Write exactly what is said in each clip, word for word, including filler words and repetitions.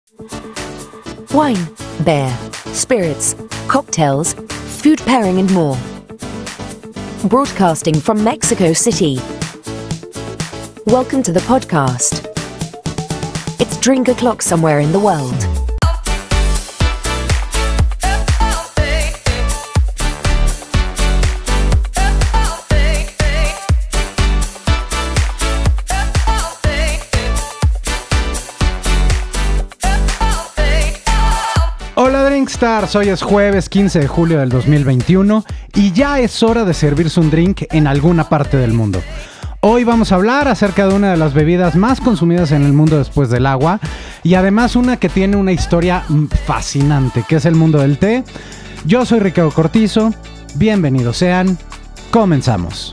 Wine, beer, spirits, cocktails, food pairing and more. Broadcasting from Mexico City. Welcome to the podcast. It's drink o'clock somewhere in the world. Hola Drinkstars, hoy es jueves quince de julio del dos mil veintiuno y ya es hora de servirse un drink en alguna parte del mundo. Hoy vamos a hablar acerca de una de las bebidas más consumidas en el mundo después del agua y además una que tiene una historia fascinante, que es el mundo del té. Yo soy Ricardo Cortizo, bienvenidos sean, comenzamos.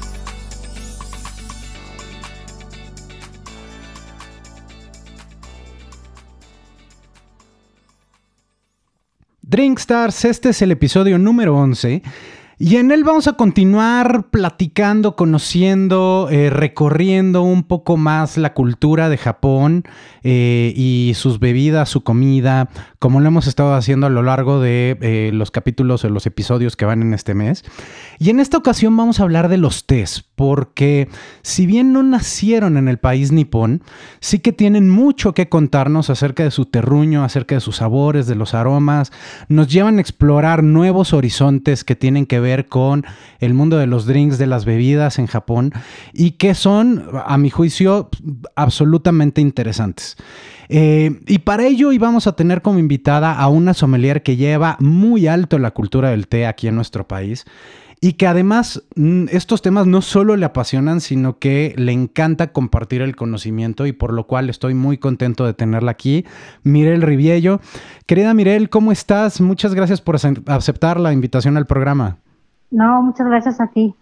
Drinkstars, este es el episodio número once y en él vamos a continuar platicando, conociendo, eh, recorriendo un poco más la cultura de Japón eh, y sus bebidas, su comida, como lo hemos estado haciendo a lo largo de eh, los capítulos o los episodios que van en este mes. Y en esta ocasión vamos a hablar de los tés, porque si bien no nacieron en el país nipón, sí que tienen mucho que contarnos acerca de su terruño, acerca de sus sabores, de los aromas. Nos llevan a explorar nuevos horizontes que tienen que ver con el mundo de los drinks, de las bebidas en Japón, y que son, a mi juicio, absolutamente interesantes. Eh, y para ello íbamos a tener como invitada a una sommelier que lleva muy alto la cultura del té aquí en nuestro país y que además estos temas no solo le apasionan, sino que le encanta compartir el conocimiento y por lo cual estoy muy contento de tenerla aquí, Mirel Riviello. Querida Mirel, ¿cómo estás? Muchas gracias por aceptar la invitación al programa. No, muchas gracias a ti.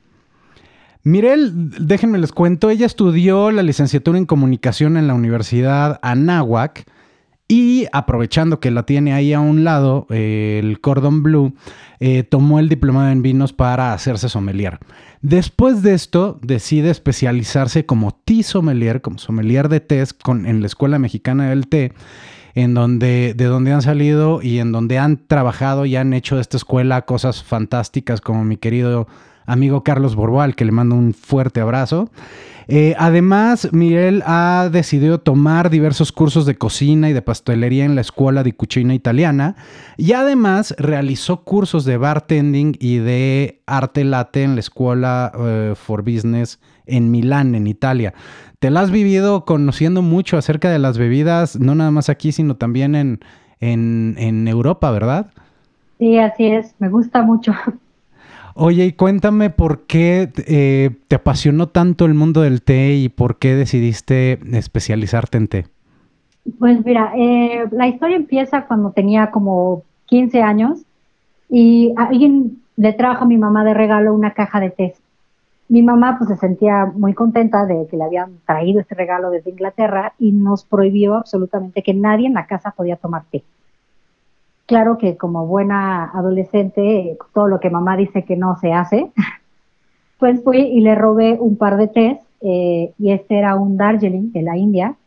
Mirel, déjenme les cuento, ella estudió la licenciatura en comunicación en la Universidad Anáhuac y aprovechando que la tiene ahí a un lado, eh, el Cordon Bleu, eh, tomó el diplomado en vinos para hacerse sommelier. Después de esto, decide especializarse como tea sommelier, como sommelier de tés con, en la Escuela Mexicana del Té, en donde, de donde han salido y en donde han trabajado y han hecho de esta escuela cosas fantásticas como mi querido amigo Carlos Borbó, al que le mando un fuerte abrazo. Eh, además, Mirel ha decidido tomar diversos cursos de cocina y de pastelería en la Escuela di Cucina Italiana y además realizó cursos de bartending y de arte latte en la Escuela uh, for Business en Milán, en Italia. Te la has vivido conociendo mucho acerca de las bebidas, no nada más aquí, sino también en, en, en Europa, ¿verdad? Sí, así es, me gusta mucho. Oye, y cuéntame por qué eh, te apasionó tanto el mundo del té y por qué decidiste especializarte en té. Pues mira, eh, la historia empieza cuando tenía como quince años y alguien le trajo a mi mamá de regalo una caja de té. Mi mamá pues se sentía muy contenta de que le habían traído este regalo desde Inglaterra y nos prohibió absolutamente que nadie en la casa podía tomar té. Claro que como buena adolescente, todo lo que mamá dice que no se hace, pues fui y le robé un par de tés, eh, y este era un Darjeeling de la India,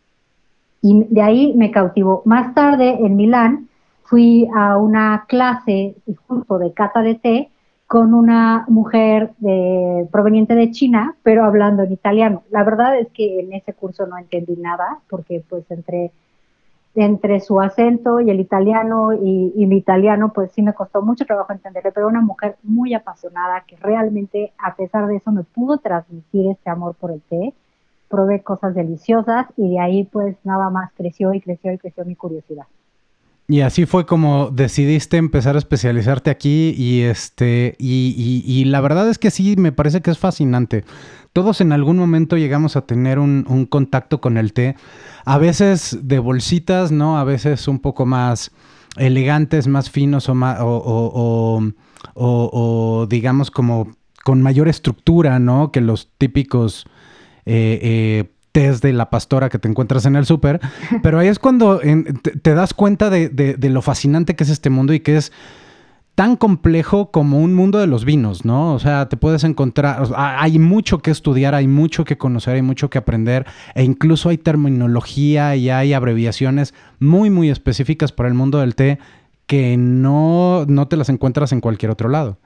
y de ahí me cautivó. Más tarde, en Milán, fui a una clase justo de cata de té con una mujer de, proveniente de China, pero hablando en italiano. La verdad es que en ese curso no entendí nada, porque pues entre... entre su acento y el italiano y, y mi italiano, pues sí me costó mucho trabajo entenderle, pero una mujer muy apasionada que realmente, a pesar de eso, me pudo transmitir este amor por el té. Probé cosas deliciosas y de ahí pues nada más creció y creció y creció mi curiosidad. Y así fue como decidiste empezar a especializarte aquí y este y, y, y la verdad es que sí, me parece que es fascinante. Todos en algún momento llegamos a tener un, un contacto con el té, a veces de bolsitas, ¿no? A veces un poco más elegantes, más finos o, más, o, o, o, o, o digamos como con mayor estructura, ¿no? Que los típicos eh, eh, tés de la pastora que te encuentras en el súper. Pero ahí es cuando en, te, te das cuenta de, de, de lo fascinante que es este mundo y que es tan complejo como un mundo de los vinos, ¿no? O sea, te puedes encontrar, o sea, hay mucho que estudiar, hay mucho que conocer, hay mucho que aprender, e incluso hay terminología y hay abreviaciones muy, muy específicas para el mundo del té que no, no te las encuentras en cualquier otro lado.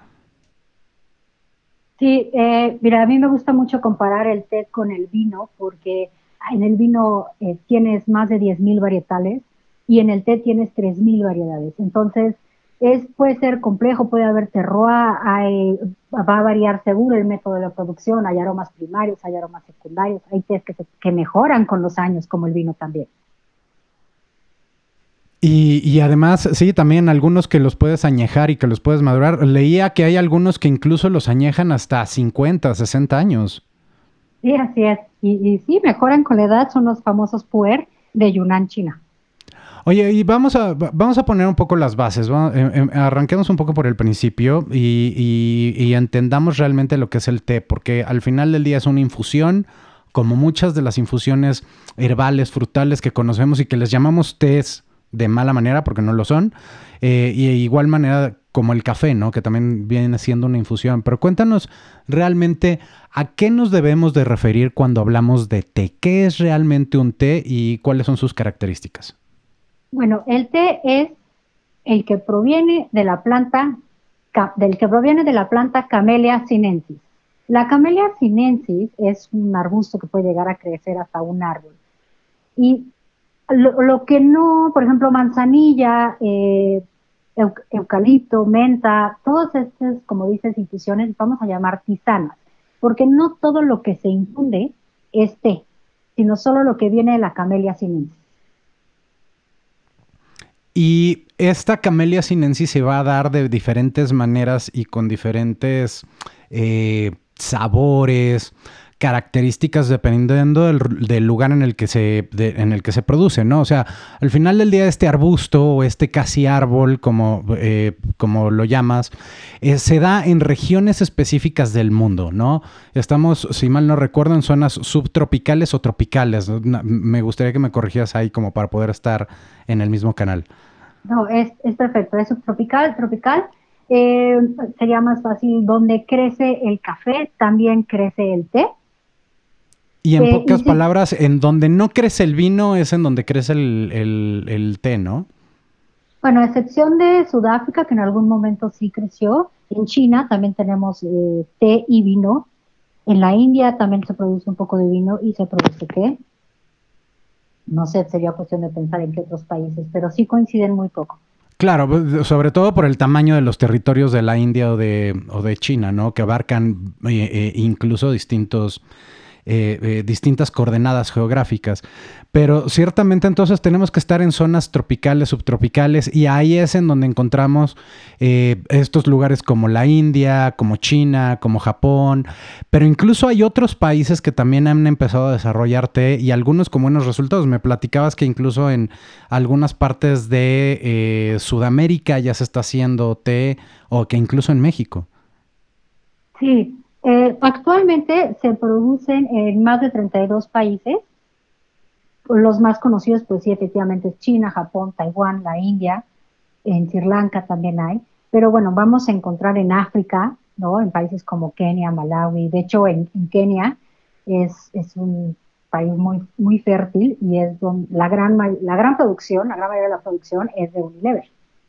Sí, eh, mira, a mí me gusta mucho comparar el té con el vino porque en el vino eh, tienes más de diez mil varietales y en el té tienes tres mil variedades. Entonces, es, puede ser complejo, puede haber terroir, hay, va a variar según el método de la producción, hay aromas primarios, hay aromas secundarios, hay tés que, se, que mejoran con los años, como el vino también. Y, y además, sí, también algunos que los puedes añejar y que los puedes madurar. Leía que hay algunos que incluso los añejan hasta cincuenta, sesenta años. Sí, así es. Y, y sí, mejoran con la edad, son los famosos puer de Yunnan, China. Oye, y vamos a, vamos a poner un poco las bases. Vamos, eh, eh, arranquemos un poco por el principio y, y, y entendamos realmente lo que es el té, porque al final del día es una infusión, como muchas de las infusiones herbales, frutales que conocemos y que les llamamos tés de mala manera porque no lo son, eh, y de igual manera como el café, ¿no? Que también viene siendo una infusión. Pero cuéntanos realmente a qué nos debemos de referir cuando hablamos de té. ¿Qué es realmente un té y cuáles son sus características? Bueno, el té es el que proviene de la planta, del que proviene de la planta Camellia sinensis. La Camellia sinensis es un arbusto que puede llegar a crecer hasta un árbol. Y lo, lo que no, por ejemplo, manzanilla, eh, eu, eucalipto, menta, todas estas, como dices, infusiones, vamos a llamar tisanas, porque no todo lo que se infunde es té, sino solo lo que viene de la Camellia sinensis. Y esta Camellia sinensis se va a dar de diferentes maneras y con diferentes eh, sabores, características dependiendo del, del lugar en el que se de, en el que se produce, ¿no? O sea, al final del día este arbusto o este casi árbol, como, eh, como lo llamas, eh, se da en regiones específicas del mundo, ¿no? Estamos, si mal no recuerdo, en zonas subtropicales o tropicales. Me gustaría que me corrigieras ahí como para poder estar en el mismo canal. No, es, es perfecto, es subtropical, tropical. Eh, sería más fácil, donde crece el café, también crece el té. Y en Eh, pocas y sí, palabras, en donde no crece el vino es en donde crece el, el, el té, ¿no? bueno, a excepción de Sudáfrica, que en algún momento sí creció, en China también tenemos eh, té y vino. En la India también se produce un poco de vino y se produce té. No sé, sería cuestión de pensar en qué otros países, pero sí coinciden muy poco. Claro, sobre todo por el tamaño de los territorios de la India o de, o de China, ¿no? Que abarcan eh, eh, incluso distintos, eh, eh, distintas coordenadas geográficas. Pero ciertamente entonces tenemos que estar en zonas tropicales, subtropicales, y ahí es en donde encontramos eh, estos lugares como la India, como China, como Japón, pero incluso hay otros países que también han empezado a desarrollar té y algunos con buenos resultados. Me platicabas que incluso en algunas partes de eh, Sudamérica ya se está haciendo té, o que incluso en México. Sí, eh, actualmente se producen en más de treinta y dos países. Los más conocidos, pues sí, efectivamente es China, Japón, Taiwán, la India, en Sri Lanka también hay. Pero bueno, vamos a encontrar en África, ¿no? En países como Kenia, Malawi. De hecho, en, en Kenia es, es un país muy, muy fértil y es donde la gran, la gran producción, la gran mayoría de la producción es de Unilever.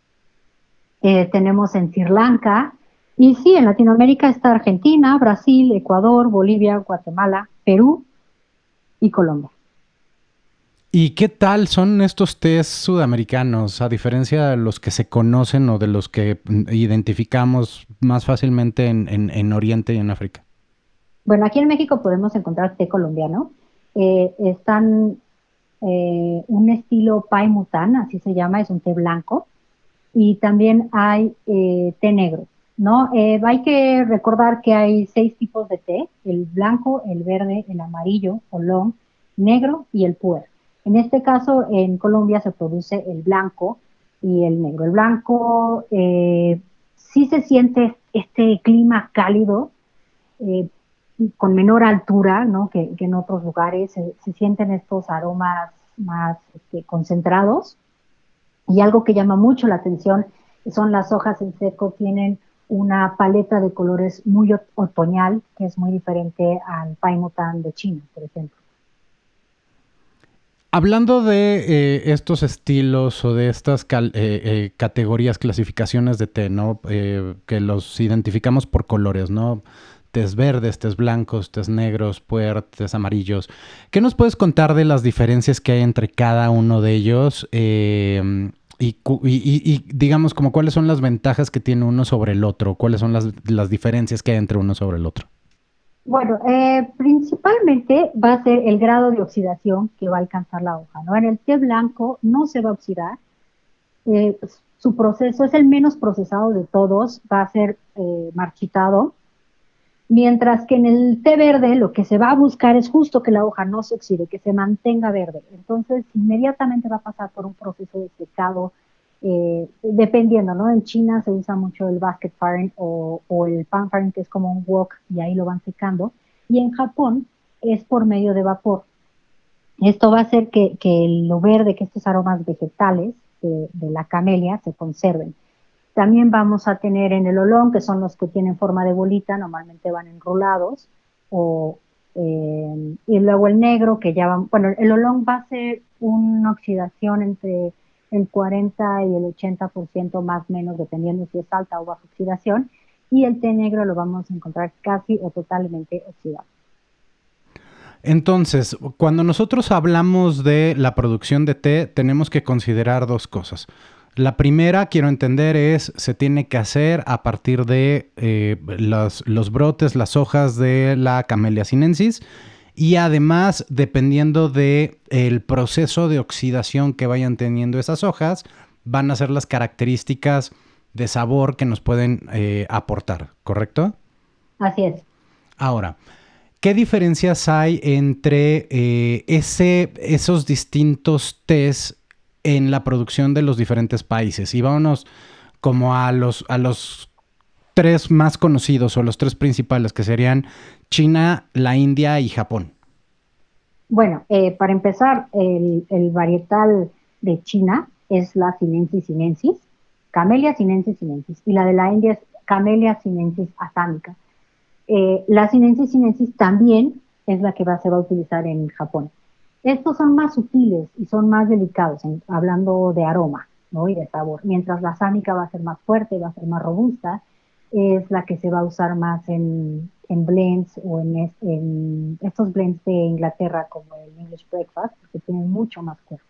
Eh, tenemos en Sri Lanka, y sí, en Latinoamérica está Argentina, Brasil, Ecuador, Bolivia, Guatemala, Perú y Colombia. ¿Y qué tal son estos tés sudamericanos, a diferencia de los que se conocen o de los que identificamos más fácilmente en, en, en Oriente y en África? Bueno, aquí en México podemos encontrar té colombiano. Eh, están eh, un estilo Pai Mutan, así se llama, es un té blanco. Y también hay eh, té negro, ¿no? Eh, hay que recordar que hay seis tipos de té: el blanco, el verde, el amarillo, olón, negro y el puer. En este caso, en Colombia se produce el blanco y el negro. El blanco eh, sí se siente este clima cálido, eh, con menor altura, ¿no? que, que en otros lugares. Se, se sienten estos aromas más este, concentrados. Y algo que llama mucho la atención son las hojas en seco, tienen una paleta de colores muy otoñal, que es muy diferente al Paimutan de China, por ejemplo. Hablando de eh, estos estilos o de estas cal, eh, eh, categorías, clasificaciones de té, ¿no? Eh, que los identificamos por colores, ¿no? Tés verdes, tés blancos, tés negros, puer, tés amarillos. ¿Qué nos puedes contar de las diferencias que hay entre cada uno de ellos? Eh, y, y, y digamos, como cuáles son las ventajas que tiene uno sobre el otro, cuáles son las, las diferencias que hay entre uno sobre el otro. Bueno, eh, principalmente va a ser el grado de oxidación que va a alcanzar la hoja, ¿no? En el té blanco no se va a oxidar, eh, pues, su proceso es el menos procesado de todos, va a ser eh, marchitado, mientras que en el té verde lo que se va a buscar es justo que la hoja no se oxide, que se mantenga verde. Entonces, inmediatamente va a pasar por un proceso de secado, eh, dependiendo, ¿no? En China se usa mucho el basket firing o, o el pan firing, que es como un wok, y ahí lo van secando. Y en Japón es por medio de vapor. Esto va a hacer que, que lo verde, que estos aromas vegetales de, de la camelia se conserven. También vamos a tener en el olón, que son los que tienen forma de bolita, normalmente van enrolados, o, eh, y luego el negro, que ya va, bueno, el olón va a ser una oxidación entre el cuarenta y el ochenta por ciento más o menos, dependiendo si es alta o baja oxidación, y el té negro lo vamos a encontrar casi o totalmente oxidado. Entonces, cuando nosotros hablamos de la producción de té, tenemos que considerar dos cosas. La primera, quiero entender, es se tiene que hacer a partir de eh, los, los brotes, las hojas de la Camellia sinensis, y además, dependiendo del proceso de oxidación que vayan teniendo esas hojas, van a ser las características de sabor que nos pueden eh, aportar, ¿correcto? Así es. Ahora, ¿qué diferencias hay entre eh, ese, esos distintos tés en la producción de los diferentes países? Y vámonos como a los, a los tres más conocidos o los tres principales, que serían China, la India y Japón. Bueno, eh, para empezar, el, el varietal de China es la Sinensis sinensis, Camellia sinensis sinensis, y la de la India es Camellia sinensis asámica. Eh, la Sinensis sinensis también es la que va, se va a utilizar en Japón. Estos son más sutiles y son más delicados, en, hablando de aroma, ¿no? Y de sabor, mientras la asámica va a ser más fuerte, va a ser más robusta, es la que se va a usar más en, en blends o en, es, en estos blends de Inglaterra como el English Breakfast, porque tienen mucho más cuerpo.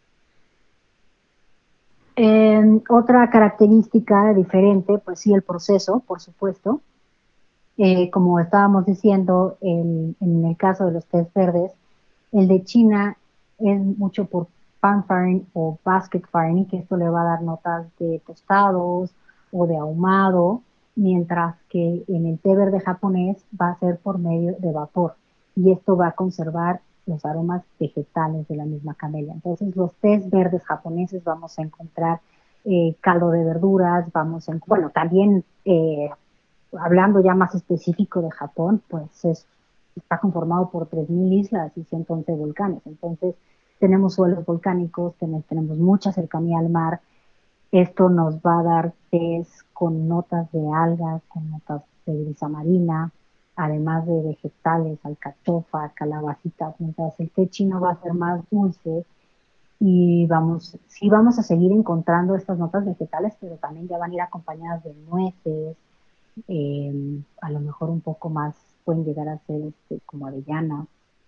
Eh, otra característica diferente, pues sí, el proceso, por supuesto. Eh, como estábamos diciendo, el, en el caso de los tés verdes, el de China es mucho por pan firing o basket firing, que esto le va a dar notas de tostados o de ahumado, mientras que en el té verde japonés va a ser por medio de vapor, y esto va a conservar los aromas vegetales de la misma camelia. Entonces, los tés verdes japoneses vamos a encontrar eh, caldo de verduras, vamos a, bueno, también eh, hablando ya más específico de Japón, pues es, está conformado por tres mil islas y ciento once volcanes. Entonces, tenemos suelos volcánicos, tenemos, tenemos mucha cercanía al mar. Esto nos va a dar tés con notas de algas, con notas de brisa marina, además de vegetales, alcachofa, calabacitas. Mientras el té chino va a ser más dulce, y vamos, sí vamos a seguir encontrando estas notas vegetales, pero también ya van a ir acompañadas de nueces, eh, a lo mejor un poco más pueden llegar a ser este, como avellanas.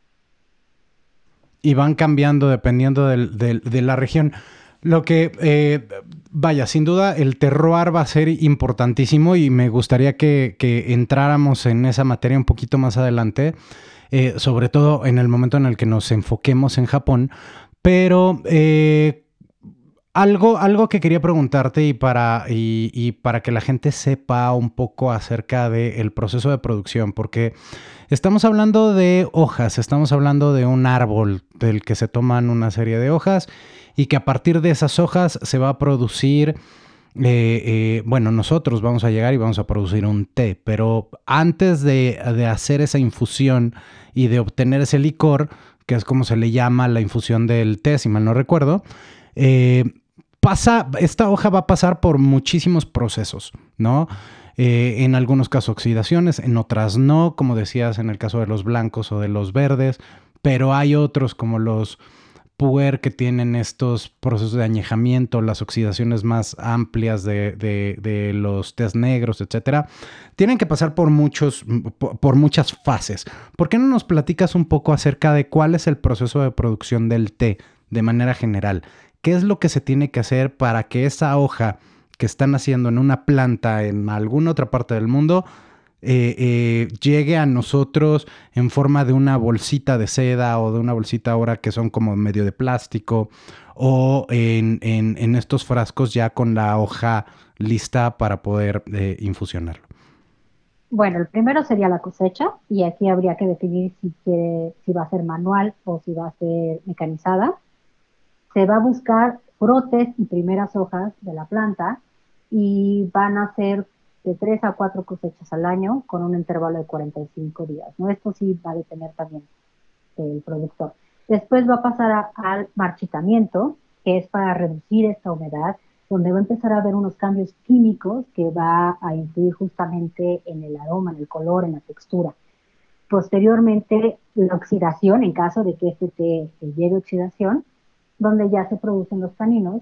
Y van cambiando dependiendo del, del, de la región. Lo que, eh, vaya, sin duda el terroir va a ser importantísimo, y me gustaría que, que entráramos en esa materia un poquito más adelante, eh, sobre todo en el momento en el que nos enfoquemos en Japón. Pero eh, algo, algo que quería preguntarte y para, y, y para que la gente sepa un poco acerca del proceso de producción, porque estamos hablando de hojas, estamos hablando de un árbol del que se toman una serie de hojas y que a partir de esas hojas se va a producir, eh, eh, bueno, nosotros vamos a llegar y vamos a producir un té, pero antes de, de hacer esa infusión y de obtener ese licor, que es como se le llama la infusión del té, si mal no recuerdo, eh, pasa, esta hoja va a pasar por muchísimos procesos, ¿no? Eh, en algunos casos oxidaciones, en otras no, como decías en el caso de los blancos o de los verdes, pero hay otros como los puer que tienen estos procesos de añejamiento, las oxidaciones más amplias de, de, de los tés negros, etcétera, tienen que pasar por muchos, por, por muchas fases. ¿Por qué no nos platicas un poco acerca de cuál es el proceso de producción del té de manera general? ¿Qué es lo que se tiene que hacer para que esa hoja que están haciendo en una planta en alguna otra parte del mundo eh, eh, llegue a nosotros en forma de una bolsita de seda o de una bolsita ahora que son como medio de plástico o en, en, en estos frascos ya con la hoja lista para poder eh, infusionarlo? Bueno, el primero sería la cosecha y aquí habría que definir si quiere, si va a ser manual o si va a ser mecanizada. Se va a buscar brotes y primeras hojas de la planta y van a ser de tres a cuatro cosechas al año con un intervalo de cuarenta y cinco días, ¿no? Esto sí va a depender también del productor. Después va a pasar a, al marchitamiento, que es para reducir esta humedad, donde va a empezar a haber unos cambios químicos que va a influir justamente en el aroma, en el color, en la textura. Posteriormente, la oxidación, en caso de que este té lleve oxidación, donde ya se producen los taninos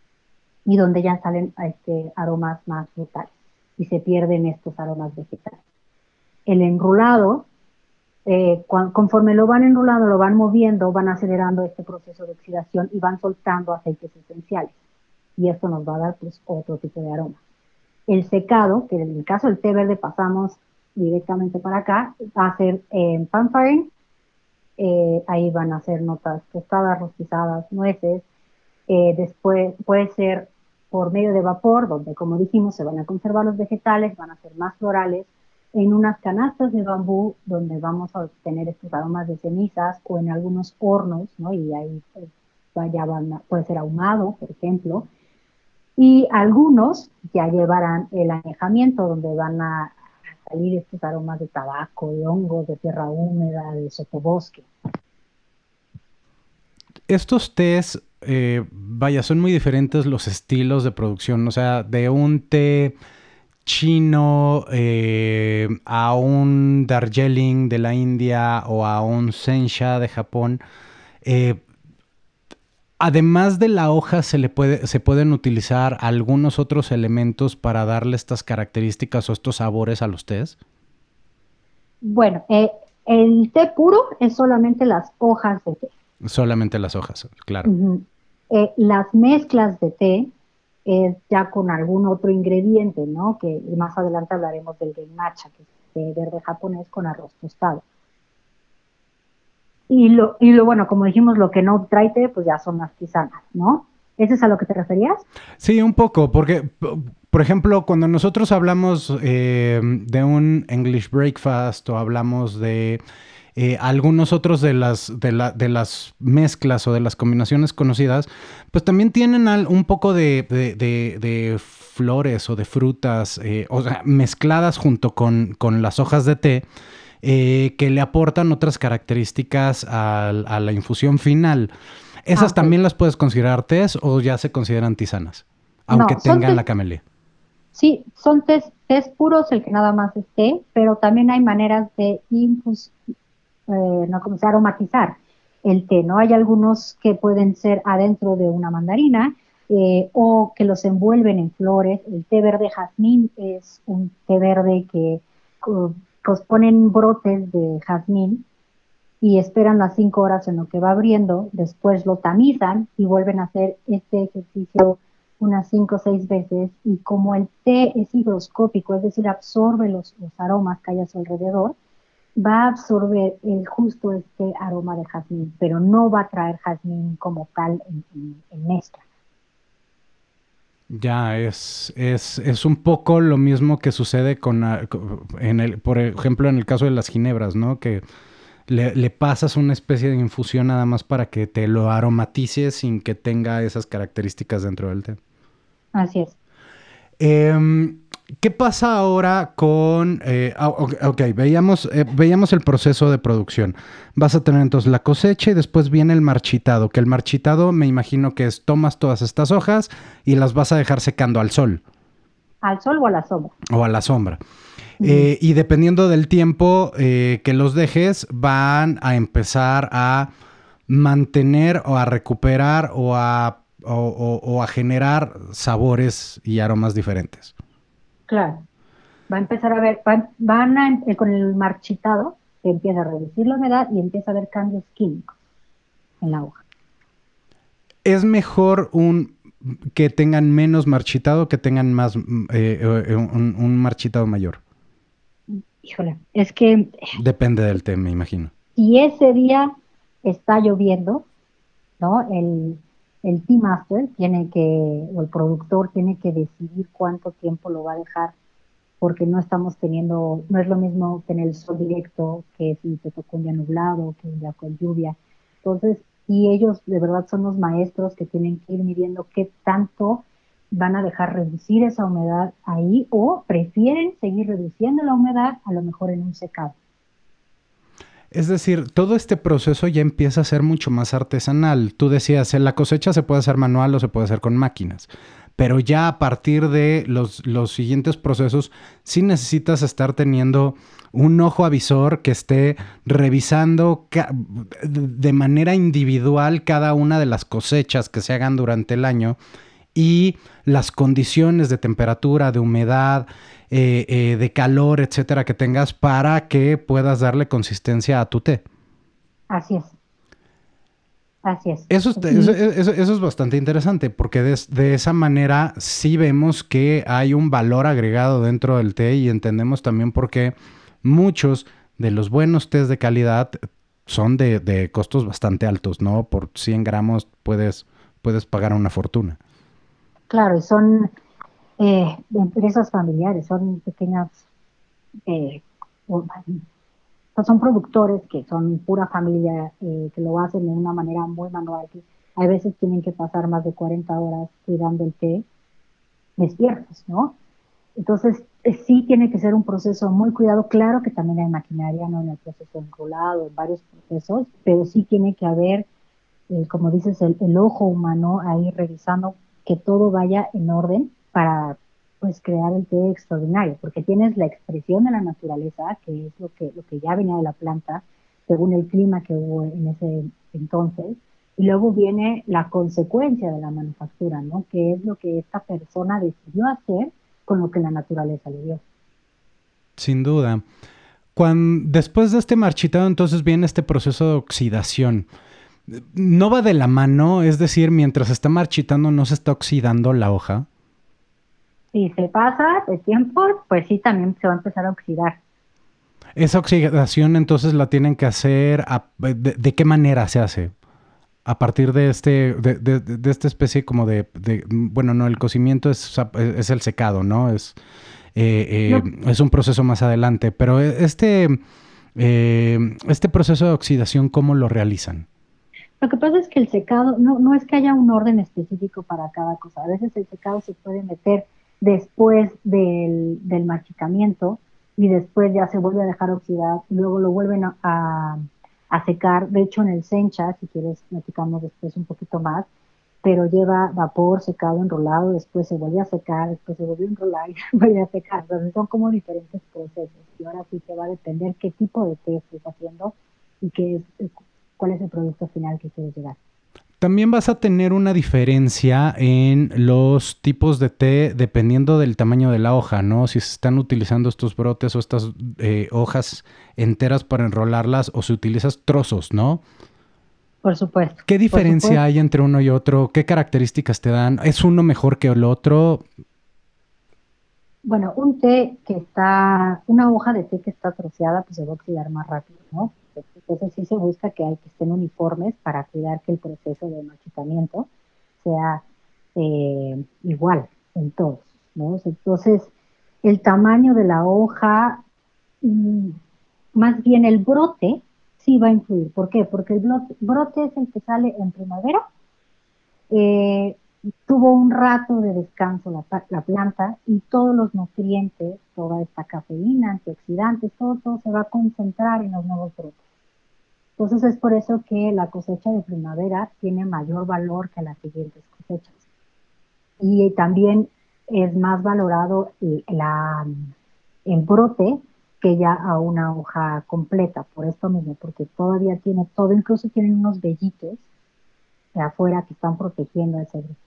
y donde ya salen este, aromas más frutales y se pierden estos aromas vegetales. El enrulado, eh, cu- conforme lo van enrulando, lo van moviendo, van acelerando este proceso de oxidación y van soltando aceites esenciales. Y esto nos va a dar pues, otro tipo de aroma. El secado, que en el caso del té verde pasamos directamente para acá, va a ser en pan firing. Eh, ahí van a ser notas tostadas, rostizadas, nueces. Eh, después puede ser por medio de vapor, donde como dijimos se van a conservar los vegetales, van a ser más florales, en unas canastas de bambú donde vamos a obtener estos aromas de cenizas o en algunos hornos, ¿no? Y ahí pues, ya van a, puede ser ahumado, por ejemplo. Y algunos ya llevarán el añejamiento, donde van a salir estos aromas de tabaco, de hongos, de tierra húmeda, de sotobosque. Estos tés, eh, vaya, son muy diferentes los estilos de producción. O sea, de un té chino eh, a un Darjeeling de la India o a un Sencha de Japón. Eh, además de la hoja, ¿se le puede, se pueden utilizar algunos otros elementos para darle estas características o estos sabores a los tés? Bueno, eh, el té puro es solamente las hojas de té. Solamente las hojas, claro. Uh-huh. Eh, las mezclas de té es ya con algún otro ingrediente, ¿no? Que más adelante hablaremos del genmatcha, que es té verde japonés con arroz tostado. Y lo, y lo bueno, como dijimos, lo que no trae té, pues ya son las tisanas, ¿no? ¿Eso es a lo que te referías? Sí, un poco, porque, por ejemplo, cuando nosotros hablamos eh, de un English breakfast o hablamos de eh, algunos otros de las, de, la, de las mezclas o de las combinaciones conocidas, pues también tienen al, un poco de, de, de, de flores o de frutas, eh, o sea, mezcladas junto con, con las hojas de té, eh, que le aportan otras características a, a la infusión final. ¿Esas ah, okay. también las puedes considerar tés o ya se consideran tisanas? Aunque no, tengan tés, la camelía. Sí, son tés, tés puros, el que nada más es té, pero también hay maneras de infus, eh, no como se aromatizar el té, ¿no? Hay algunos que pueden ser adentro de una mandarina eh, o que los envuelven en flores. El té verde jazmín es un té verde que uh, pues ponen brotes de jazmín y esperan las cinco horas en lo que va abriendo, después lo tamizan y vuelven a hacer este ejercicio unas cinco o seis veces, y como el té es higroscópico, es decir, absorbe los, los aromas que hay a su alrededor, va a absorber el, justo este aroma de jazmín, pero no va a traer jazmín como tal en, en, en mezcla. Ya, es, es, es un poco lo mismo que sucede con, en el, por ejemplo, en el caso de las ginebras, ¿no? Que Le, le pasas una especie de infusión nada más para que te lo aromatices sin que tenga esas características dentro del té. Así es. Eh, ¿Qué pasa ahora con... Eh, ok, okay veíamos, eh, veíamos el proceso de producción. Vas a tener entonces la cosecha y después viene el marchitado, que el marchitado me imagino que es tomas todas estas hojas y las vas a dejar secando al sol. Al sol o a la sombra. O a la sombra. Uh-huh. Eh, y dependiendo del tiempo eh, que los dejes, van a empezar a mantener o a recuperar o a, o, o, o a generar sabores y aromas diferentes. Claro. Va a empezar a ver, van, van a, eh, con el marchitado, se empieza a reducir la humedad y empieza a haber cambios químicos en la hoja. ¿Es mejor un que tengan menos marchitado que tengan más eh, un, un marchitado mayor? Híjole, es que... Depende del té, me imagino. Si ese día está lloviendo, ¿no? El, el tea master tiene que, o el productor tiene que decidir cuánto tiempo lo va a dejar, porque no estamos teniendo, no es lo mismo tener el sol directo que si te tocó un día nublado, que un día con lluvia. Entonces, y ellos de verdad son los maestros que tienen que ir midiendo qué tanto van a dejar reducir esa humedad ahí, o prefieren seguir reduciendo la humedad a lo mejor en un secado. Es decir, todo este proceso ya empieza a ser mucho más artesanal. Tú decías, en la cosecha se puede hacer manual o se puede hacer con máquinas, pero ya a partir de los, los siguientes procesos sí necesitas estar teniendo un ojo avisor que esté revisando de manera individual cada una de las cosechas que se hagan durante el año y las condiciones de temperatura, de humedad, eh, eh, de calor, etcétera, que tengas para que puedas darle consistencia a tu té. Así es. Así es. Eso es, eso, eso, eso es bastante interesante porque de, de esa manera sí vemos que hay un valor agregado dentro del té y entendemos también por qué muchos de los buenos tés de calidad son de, de costos bastante altos, ¿no? Por cien gramos puedes, puedes pagar una fortuna. Claro, y son eh, empresas familiares, son pequeñas, eh, son productores que son pura familia, eh, que lo hacen de una manera muy manual, que a veces tienen que pasar más de cuarenta horas cuidando el té despiertos, ¿no? Entonces, eh, sí tiene que ser un proceso muy cuidado. Claro que también hay maquinaria, ¿no? En el proceso enrolado, en varios procesos, pero sí tiene que haber, eh, como dices, el, el ojo humano ahí revisando que todo vaya en orden para, pues, crear el té extraordinario, porque tienes la expresión de la naturaleza, que es lo que, lo que ya venía de la planta, según el clima que hubo en ese entonces, y luego viene la consecuencia de la manufactura, ¿no? Que es lo que esta persona decidió hacer con lo que la naturaleza le dio. Sin duda. Cuando, después de este marchitado, entonces viene este proceso de oxidación. ¿No va de la mano? Es decir, mientras está marchitando, ¿no se está oxidando la hoja? Si se pasa de tiempo, pues sí, también se va a empezar a oxidar. Esa oxidación, entonces, la tienen que hacer... A, de, ¿De qué manera se hace? A partir de este de, de, de esta especie como de, de... Bueno, no, el cocimiento es, es el secado, ¿no? Es, eh, eh, no. es un proceso más adelante. Pero este, eh, este proceso de oxidación, ¿cómo lo realizan? Lo que pasa es que el secado, no, no es que haya un orden específico para cada cosa. A veces el secado se puede meter después del, del marchitamiento y después ya se vuelve a dejar oxidar y luego lo vuelven a, a, a secar. De hecho, en el sencha, si quieres, platicamos después un poquito más, pero lleva vapor, secado, enrolado, después se vuelve a secar, después se vuelve a enrolar y se vuelve a secar. Entonces son como diferentes procesos y ahora sí te va a depender qué tipo de té estés haciendo y qué es, cuál es el producto final que quieres llegar. También vas a tener una diferencia en los tipos de té dependiendo del tamaño de la hoja, ¿no? Si se están utilizando estos brotes o estas eh, hojas enteras para enrolarlas o si utilizas trozos, ¿no? Por supuesto. ¿Qué diferencia supuesto. hay entre uno y otro? ¿Qué características te dan? ¿Es uno mejor que el otro? Bueno, un té que está, una hoja de té que está troceada, pues se va a oxidar más rápido, ¿no? Entonces sí se busca que, hay, que estén uniformes para cuidar que el proceso de marchitamiento sea eh, igual en todos, ¿no? Entonces, el tamaño de la hoja, mmm, más bien el brote, sí va a influir. ¿Por qué? Porque el brote, brote es el que sale en primavera, eh, tuvo un rato de descanso la, pa- la planta y todos los nutrientes, toda esta cafeína, antioxidantes, todo, todo se va a concentrar en los nuevos brotes. Entonces es por eso que la cosecha de primavera tiene mayor valor que las siguientes cosechas. Y también es más valorado el, la, el brote que ya a una hoja completa, por esto mismo, porque todavía tiene todo, incluso tienen unos vellitos de afuera que están protegiendo ese brote.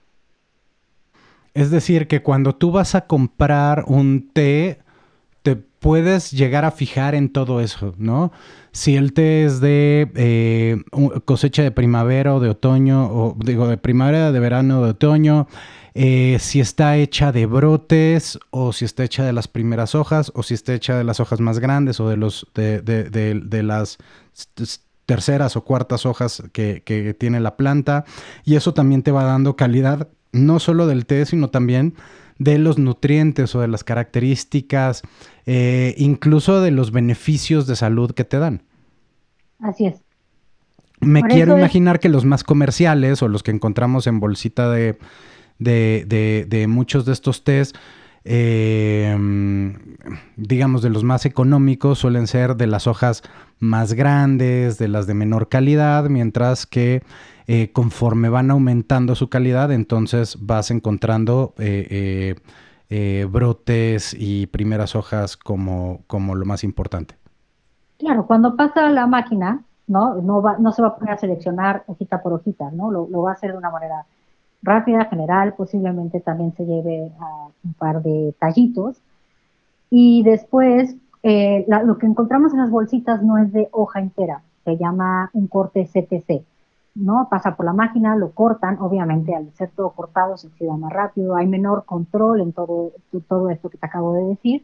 Es decir, que cuando tú vas a comprar un té, te puedes llegar a fijar en todo eso, ¿no? Si el té es de eh, cosecha de primavera o de otoño, o digo, de primavera, de verano, de otoño, eh, si está hecha de brotes, o si está hecha de las primeras hojas, o si está hecha de las hojas más grandes, o de los de, de, de, de las terceras o cuartas hojas que, que tiene la planta. Y eso también te va dando calidad, no solo del té, sino también de los nutrientes o de las características, eh, incluso de los beneficios de salud que te dan. Así es. Me Por quiero eso es, imaginar que los más comerciales o los que encontramos en bolsita de, de, de, de muchos de estos tés, eh, digamos de los más económicos, suelen ser de las hojas más grandes, de las de menor calidad, mientras que eh, conforme van aumentando su calidad, entonces vas encontrando eh, eh, eh, brotes y primeras hojas como, como lo más importante. claro, cuando pasa la máquina, ¿no? No va, no se va a poner a seleccionar hojita por hojita, ¿no? Lo, lo va a hacer de una manera rápida, general, posiblemente también se lleve a un par de tallitos. Y después, eh, la- lo que encontramos en las bolsitas no es de hoja entera, se llama un corte C T C, ¿no? Pasa por la máquina, lo cortan, obviamente al ser todo cortado se oxida más rápido, hay menor control en todo, todo esto que te acabo de decir,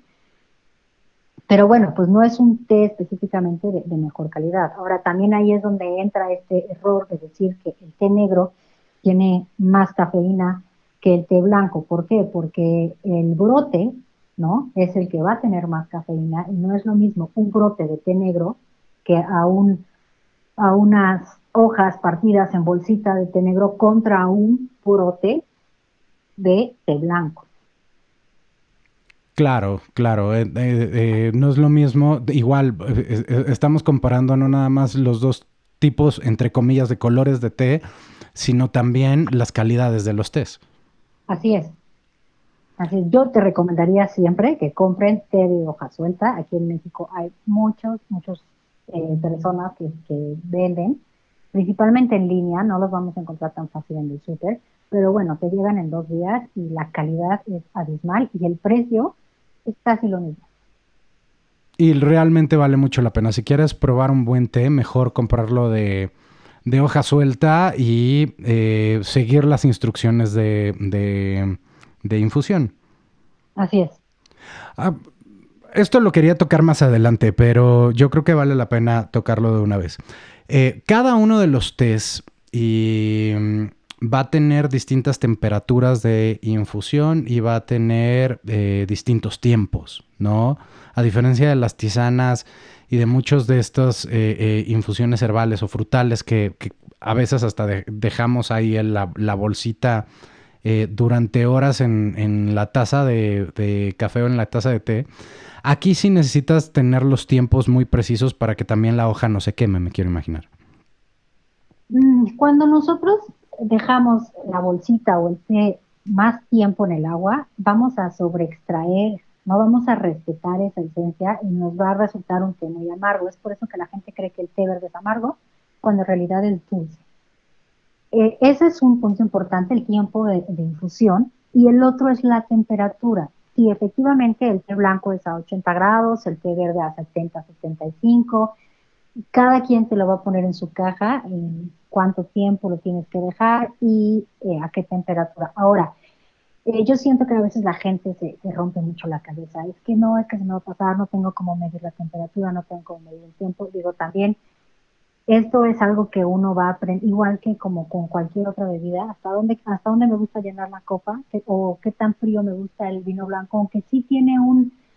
pero bueno, pues no es un té específicamente de, de mejor calidad. Ahora, también ahí es donde entra este error de decir que el té negro tiene más cafeína que el té blanco. ¿Por qué? Porque el brote, ¿no? Es el que va a tener más cafeína y no es lo mismo un brote de té negro que a, un, a unas hojas partidas en bolsita de té negro contra un brote de té blanco. Claro, claro, eh, eh, eh, no es lo mismo, igual eh, eh, estamos comparando no nada más los dos tipos, entre comillas, de colores de té, sino también las calidades de los tés. Así es. Así es, yo te recomendaría siempre que compren té de hoja suelta. Aquí en México hay muchos, muchos eh, personas que, que venden, principalmente en línea, no los vamos a encontrar tan fácil en el súper, pero bueno, te llegan en dos días y la calidad es abismal y el precio es casi lo mismo. Y realmente vale mucho la pena. Si quieres probar un buen té, mejor comprarlo de, de hoja suelta y eh, seguir las instrucciones de, de, de infusión. Así es. Ah, esto lo quería tocar más adelante, pero yo creo que vale la pena tocarlo de una vez. Eh, cada uno de los tés y, mm, va a tener distintas temperaturas de infusión y va a tener eh, distintos tiempos, ¿no? A diferencia de las tisanas y de muchos de estas eh, eh, infusiones herbales o frutales que, que a veces hasta de- dejamos ahí en la, la bolsita eh, durante horas en, en la taza de, de café o en la taza de té. Aquí sí necesitas tener los tiempos muy precisos para que también la hoja no se queme, me quiero imaginar. Mm, Cuando nosotros dejamos la bolsita o el té más tiempo en el agua, vamos a sobreextraer, no vamos a respetar esa esencia y nos va a resultar un té muy amargo. Es por eso que la gente cree que el té verde es amargo, cuando en realidad es dulce. Eh, ese es un punto importante, el tiempo de, de infusión, y el otro es la temperatura. Si efectivamente el té blanco es a ochenta grados, el té verde a setenta, setenta y cinco, cada quien te lo va a poner en su caja, en cuánto tiempo lo tienes que dejar y eh, a qué temperatura. Ahora, eh, yo siento que a veces la gente se, se rompe mucho la cabeza. Es que no, es que se me va a pasar, no tengo cómo medir la temperatura, no tengo cómo medir el tiempo. Digo, también esto es algo que uno va a aprender, igual que como con cualquier otra bebida, hasta dónde, hasta dónde me gusta llenar la copa, ¿Qué- o qué tan frío me gusta el vino blanco, aunque sí tiene un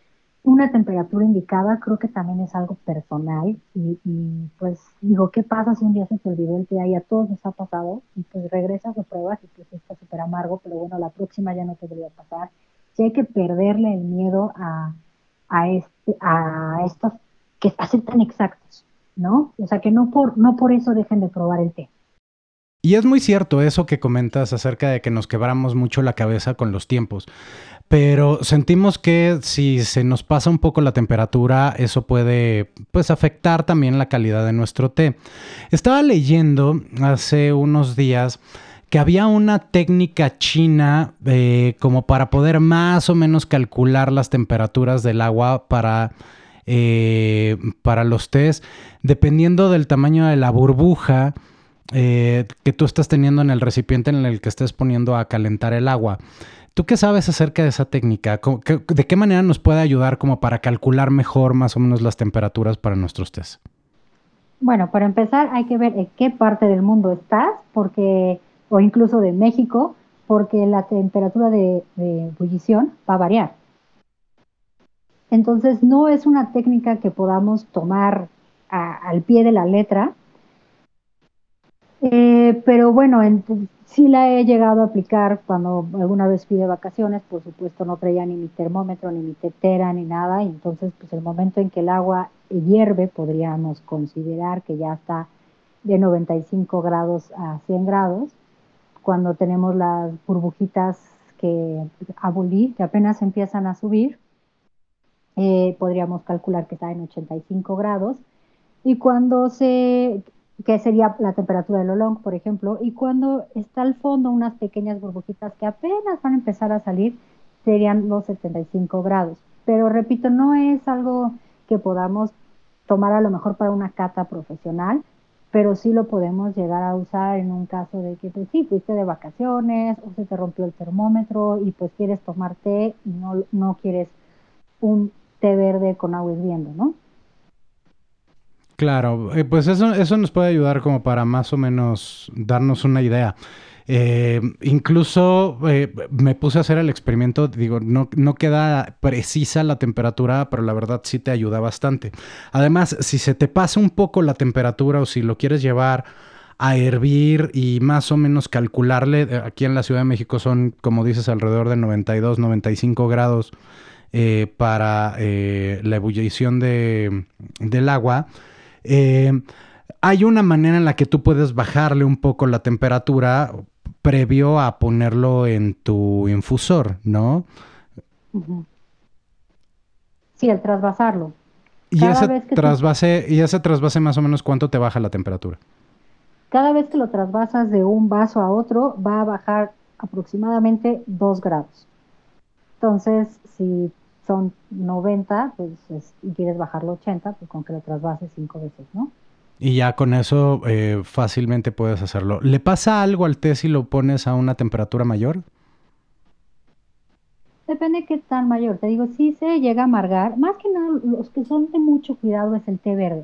una temperatura indicada, creo que también es algo personal y, y, pues digo, ¿qué pasa si un día se te olvidó el té? Y a todos nos ha pasado y pues regresas, lo pruebas y pues está súper amargo, pero bueno, la próxima ya no te debería pasar. Sí hay que perderle el miedo a, a, este, a estos que hacen tan exactos, ¿no? O sea, que no por, no por eso dejen de probar el té. Y es muy cierto eso que comentas acerca de que nos quebramos mucho la cabeza con los tiempos, pero sentimos que si se nos pasa un poco la temperatura, eso puede pues afectar también la calidad de nuestro té. Estaba leyendo hace unos días que había una técnica china eh, como para poder más o menos calcular las temperaturas del agua para, eh, para los tés, dependiendo del tamaño de la burbuja Eh, que tú estás teniendo en el recipiente en el que estés poniendo a calentar el agua. ¿Tú qué sabes acerca de esa técnica? ¿De qué manera nos puede ayudar como para calcular mejor más o menos las temperaturas para nuestros tés? Bueno, para empezar hay que ver en qué parte del mundo estás, porque, o incluso de México, porque la temperatura de, de ebullición va a variar. Entonces no es una técnica que podamos tomar a, al pie de la letra. Eh, pero bueno, en, sí la he llegado a aplicar cuando alguna vez fui de vacaciones. Por supuesto no traía ni mi termómetro, ni mi tetera, ni nada, y entonces pues el momento en que el agua hierve podríamos considerar que ya está de noventa y cinco grados a cien grados, cuando tenemos las burbujitas que abolí, que apenas empiezan a subir, eh, podríamos calcular que está en ochenta y cinco grados, y cuando se que sería la temperatura del oolong, por ejemplo, y cuando está al fondo unas pequeñas burbujitas que apenas van a empezar a salir, serían los setenta y cinco grados. Pero repito, no es algo que podamos tomar a lo mejor para una cata profesional, pero sí lo podemos llegar a usar en un caso de que pues sí, fuiste de vacaciones o se te rompió el termómetro y pues quieres tomar té y no, no quieres un té verde con agua hirviendo, ¿no? Claro, eh, pues eso, eso nos puede ayudar como para más o menos darnos una idea. Eh, incluso eh, me puse a hacer el experimento, digo, no, no queda precisa la temperatura, pero la verdad sí te ayuda bastante. Además, si se te pasa un poco la temperatura o si lo quieres llevar a hervir y más o menos calcularle, aquí en la Ciudad de México son, como dices, alrededor de noventa y dos, noventa y cinco grados eh, para eh, la ebullición de, del agua. Eh, hay una manera en la que tú puedes bajarle un poco la temperatura previo a ponerlo en tu infusor, ¿no? Uh-huh. Sí, el trasvasarlo. Y Cada ese vez que trasvase, tú... y ese trasvase más o menos ¿cuánto te baja la temperatura? Cada vez que lo trasvasas de un vaso a otro, va a bajar aproximadamente dos grados. Entonces, si son noventa, pues es, y quieres bajarlo a ochenta, pues con que lo trasvases cinco veces, ¿no? Y ya con eso eh, fácilmente puedes hacerlo. ¿Le pasa algo al té si lo pones a una temperatura mayor? Depende de qué tan mayor. Te digo, sí se llega a amargar. Más que nada, los que son de mucho cuidado es el té verde.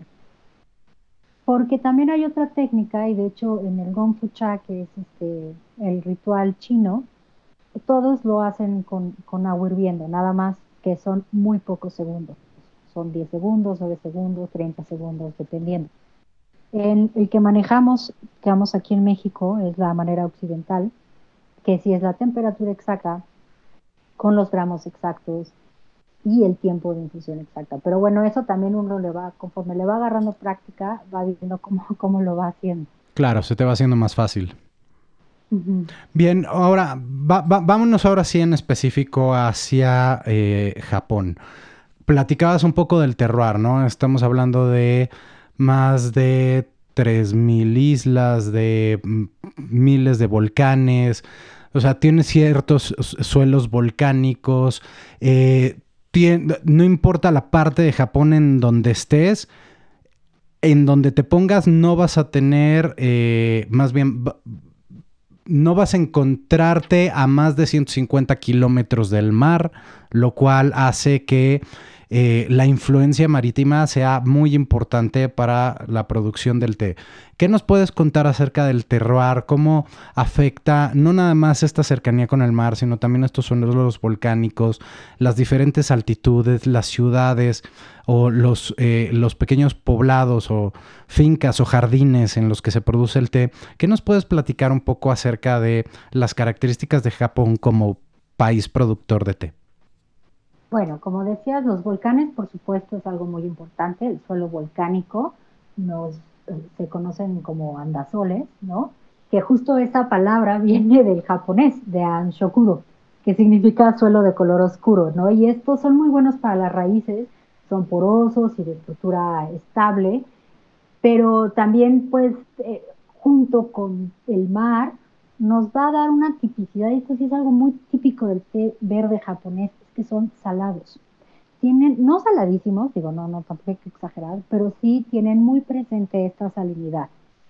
Porque también hay otra técnica, y de hecho en el Gong Fu Cha, que es este, el ritual chino, todos lo hacen con, con agua hirviendo, nada más que son muy pocos segundos. Son diez segundos, nueve segundos, treinta segundos, dependiendo. En el que manejamos, que vamos aquí en México, es la manera occidental, que sí es la temperatura exacta, con los gramos exactos y el tiempo de infusión exacta. Pero bueno, eso también uno le va, conforme le va agarrando práctica, va viendo cómo, cómo lo va haciendo. Claro, se te va haciendo más fácil. Uh-huh. Bien, ahora va, va, vámonos ahora sí en específico hacia eh, Japón. Platicabas un poco del terroir, ¿no? Estamos hablando de más de tres mil islas, de m- miles de volcanes, o sea, tiene ciertos suelos volcánicos, eh, tiene, no importa la parte de Japón en donde estés, en donde te pongas no vas a tener, eh, más bien... no vas a encontrarte a más de ciento cincuenta kilómetros del mar, lo cual hace que eh, la influencia marítima sea muy importante para la producción del té. ¿Qué nos puedes contar acerca del terroir? ¿Cómo afecta no nada más esta cercanía con el mar, sino también estos suelos volcánicos, las diferentes altitudes, las ciudades o los, eh, los pequeños poblados o fincas o jardines en los que se produce el té? ¿Qué nos puedes platicar un poco acerca de las características de Japón como país productor de té? Bueno, como decías, los volcanes, por supuesto, es algo muy importante. El suelo volcánico nos eh, se conocen como andazoles, ¿no? Que justo esa palabra viene del japonés, de anshokuro, que significa suelo de color oscuro, ¿no? Y estos son muy buenos para las raíces, son porosos y de estructura estable, pero también, pues, eh, junto con el mar, nos va a dar una tipicidad, y esto sí es algo muy típico del té verde japonés, es que son salados. Tienen, no saladísimos, digo, no, no, tampoco hay que exagerar, pero sí tienen muy presente esta salinidad.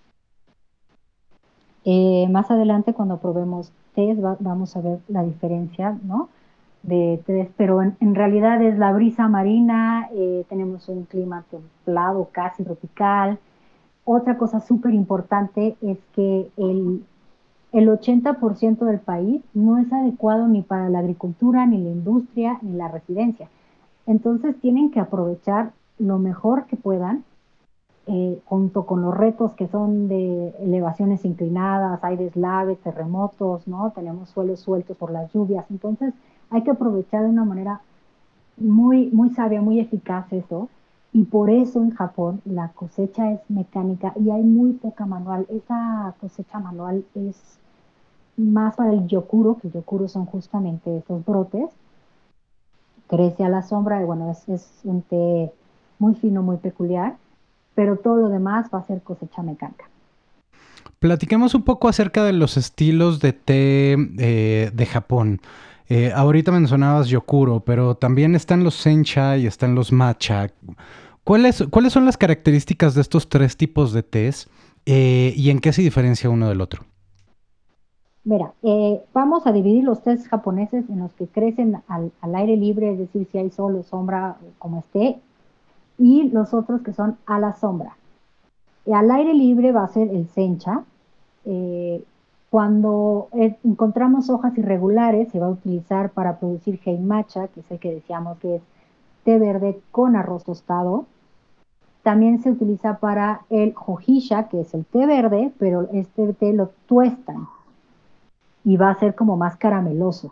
Eh, más adelante, cuando probemos tés, va- vamos a ver la diferencia, ¿no? De tés, pero en, en realidad es la brisa marina, eh, tenemos un clima templado, casi tropical. Otra cosa súper importante es que el, el ochenta por ciento del país no es adecuado ni para la agricultura, ni la industria, ni la residencia. Entonces tienen que aprovechar lo mejor que puedan, eh, junto con los retos que son de elevaciones inclinadas, hay deslaves, terremotos, ¿no? Tenemos suelos sueltos por las lluvias. Entonces hay que aprovechar de una manera muy, muy sabia, muy eficaz eso. Y por eso en Japón la cosecha es mecánica y hay muy poca manual. Esa cosecha manual es más para el yokuro, que el yokuro son justamente esos brotes. Crece a la sombra y bueno, es, es un té muy fino, muy peculiar, pero todo lo demás va a ser cosecha mecánica. Platiquemos un poco acerca de los estilos de té eh, de Japón. Eh, ahorita mencionabas Yokuro, pero también están los Sencha y están los Matcha. ¿Cuáles, cuáles son las características de estos tres tipos de tés eh, y en qué se diferencia uno del otro? Mira, eh, vamos a dividir los tés japoneses en los que crecen al, al aire libre, es decir, si hay sol o sombra, como esté, y los otros que son a la sombra. Y al aire libre va a ser el sencha. Eh, Cuando eh, encontramos hojas irregulares, se va a utilizar para producir heimatcha, que es el que decíamos que es té verde con arroz tostado. También se utiliza para el hojicha, que es el té verde, pero este té lo tuestan y va a ser como más carameloso.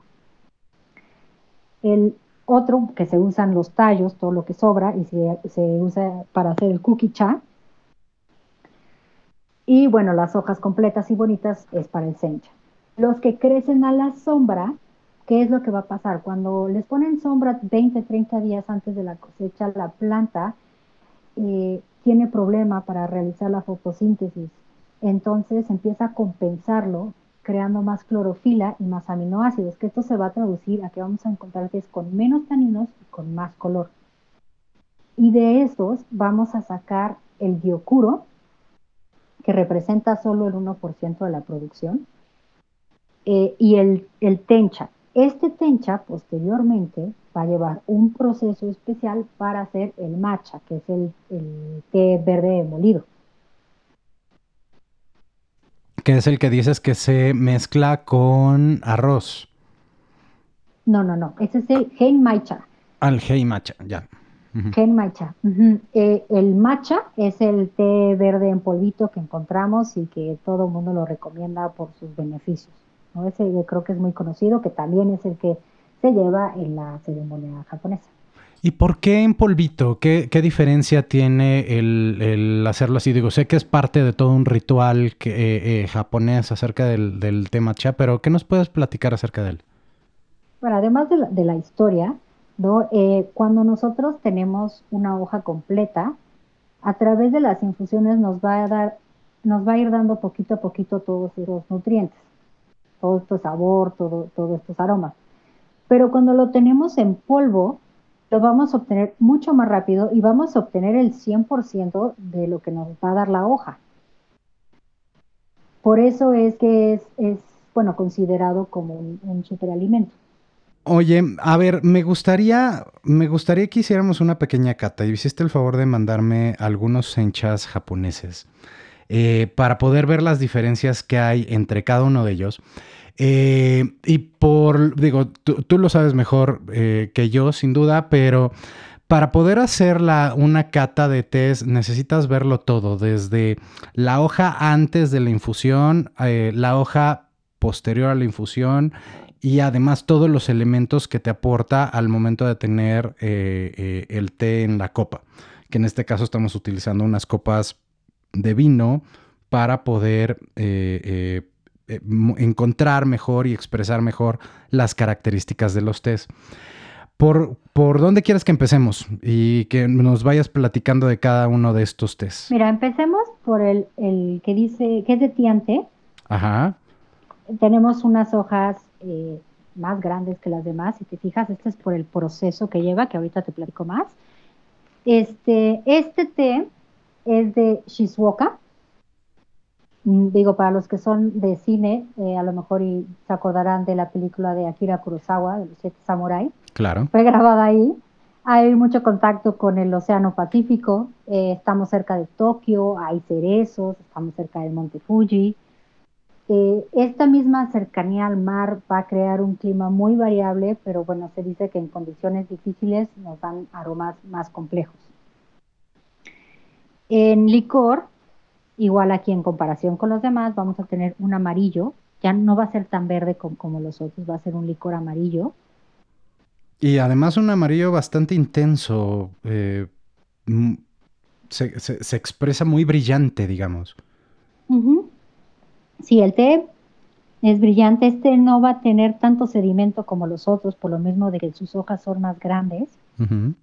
El otro que se usan los tallos, todo lo que sobra, y se, se usa para hacer el kukicha. Y bueno, las hojas completas y bonitas es para el sencha. Los que crecen a la sombra, ¿qué es lo que va a pasar? Cuando les ponen sombra veinte, treinta días antes de la cosecha, la planta eh, tiene problema para realizar la fotosíntesis. Entonces empieza a compensarlo creando más clorofila y más aminoácidos, que esto se va a traducir a que vamos a encontrar tés con menos taninos y con más color. Y de estos vamos a sacar el gyokuro, que representa solo el uno por ciento de la producción, eh, y el, el tencha. Este tencha posteriormente va a llevar un proceso especial para hacer el matcha, que es el, el té verde molido. Que es el que dices que se mezcla con arroz. No, no, no, ese es el genmaicha. Al hei matcha, ya. Ujú. Genmaicha. Uh-huh. Eh, el matcha es el té verde en polvito que encontramos y que todo el mundo lo recomienda por sus beneficios, ¿no? Ese yo creo que es muy conocido, que también es el que se lleva en la ceremonia japonesa. ¿Y por qué en polvito? ¿Qué, qué diferencia tiene el, el hacerlo así? Digo, sé que es parte de todo un ritual que, eh, eh, japonés acerca del, del té matcha, pero ¿qué nos puedes platicar acerca de él? Bueno, además de la, de la historia, ¿no? Eh, cuando nosotros tenemos una hoja completa, a través de las infusiones nos va a dar, nos va a ir dando poquito a poquito todos esos nutrientes, todo este sabor, todo, todos estos aromas. Pero cuando lo tenemos en polvo, lo vamos a obtener mucho más rápido y vamos a obtener el cien por ciento de lo que nos va a dar la hoja. Por eso es que es, es bueno, considerado como un, un superalimento. Oye, a ver, me gustaría, me gustaría que hiciéramos una pequeña cata y hiciste el favor de mandarme algunos senchas japoneses eh, para poder ver las diferencias que hay entre cada uno de ellos. Eh, y por, digo, tú, tú lo sabes mejor eh, que yo, sin duda, pero para poder hacer la, una cata de tés necesitas verlo todo, desde la hoja antes de la infusión, eh, la hoja posterior a la infusión y además todos los elementos que te aporta al momento de tener eh, eh, el té en la copa, que en este caso estamos utilizando unas copas de vino para poder eh, eh, eh, encontrar mejor y expresar mejor las características de los tés. ¿Por, ¿Por dónde quieres que empecemos? Y que nos vayas platicando de cada uno de estos tés. Mira, empecemos por el, el que dice, que es de tiante. Ajá. Tenemos unas hojas eh, más grandes que las demás. Si te fijas, este es por el proceso que lleva, que ahorita te platico más. Este, este té es de Shizuoka. Mm, Digo, para los que son de cine, eh, a lo mejor y se acordarán de la película de Akira Kurosawa, de los siete samuráis. Claro. Fue grabada ahí. Hay mucho contacto con el Océano Pacífico. Eh, estamos cerca de Tokio, hay cerezos, estamos cerca del Monte Fuji. Eh, esta misma cercanía al mar va a crear un clima muy variable, pero bueno, se dice que en condiciones difíciles nos dan aromas más complejos. En licor, igual aquí en comparación con los demás, vamos a tener un amarillo. Ya no va a ser tan verde como, como los otros, va a ser un licor amarillo. Y además un amarillo bastante intenso. eh, mm, se, se- se expresa muy brillante, digamos. Ujú. Sí, el té es brillante. Este no va a tener tanto sedimento como los otros, por lo mismo de que sus hojas son más grandes. Ujú.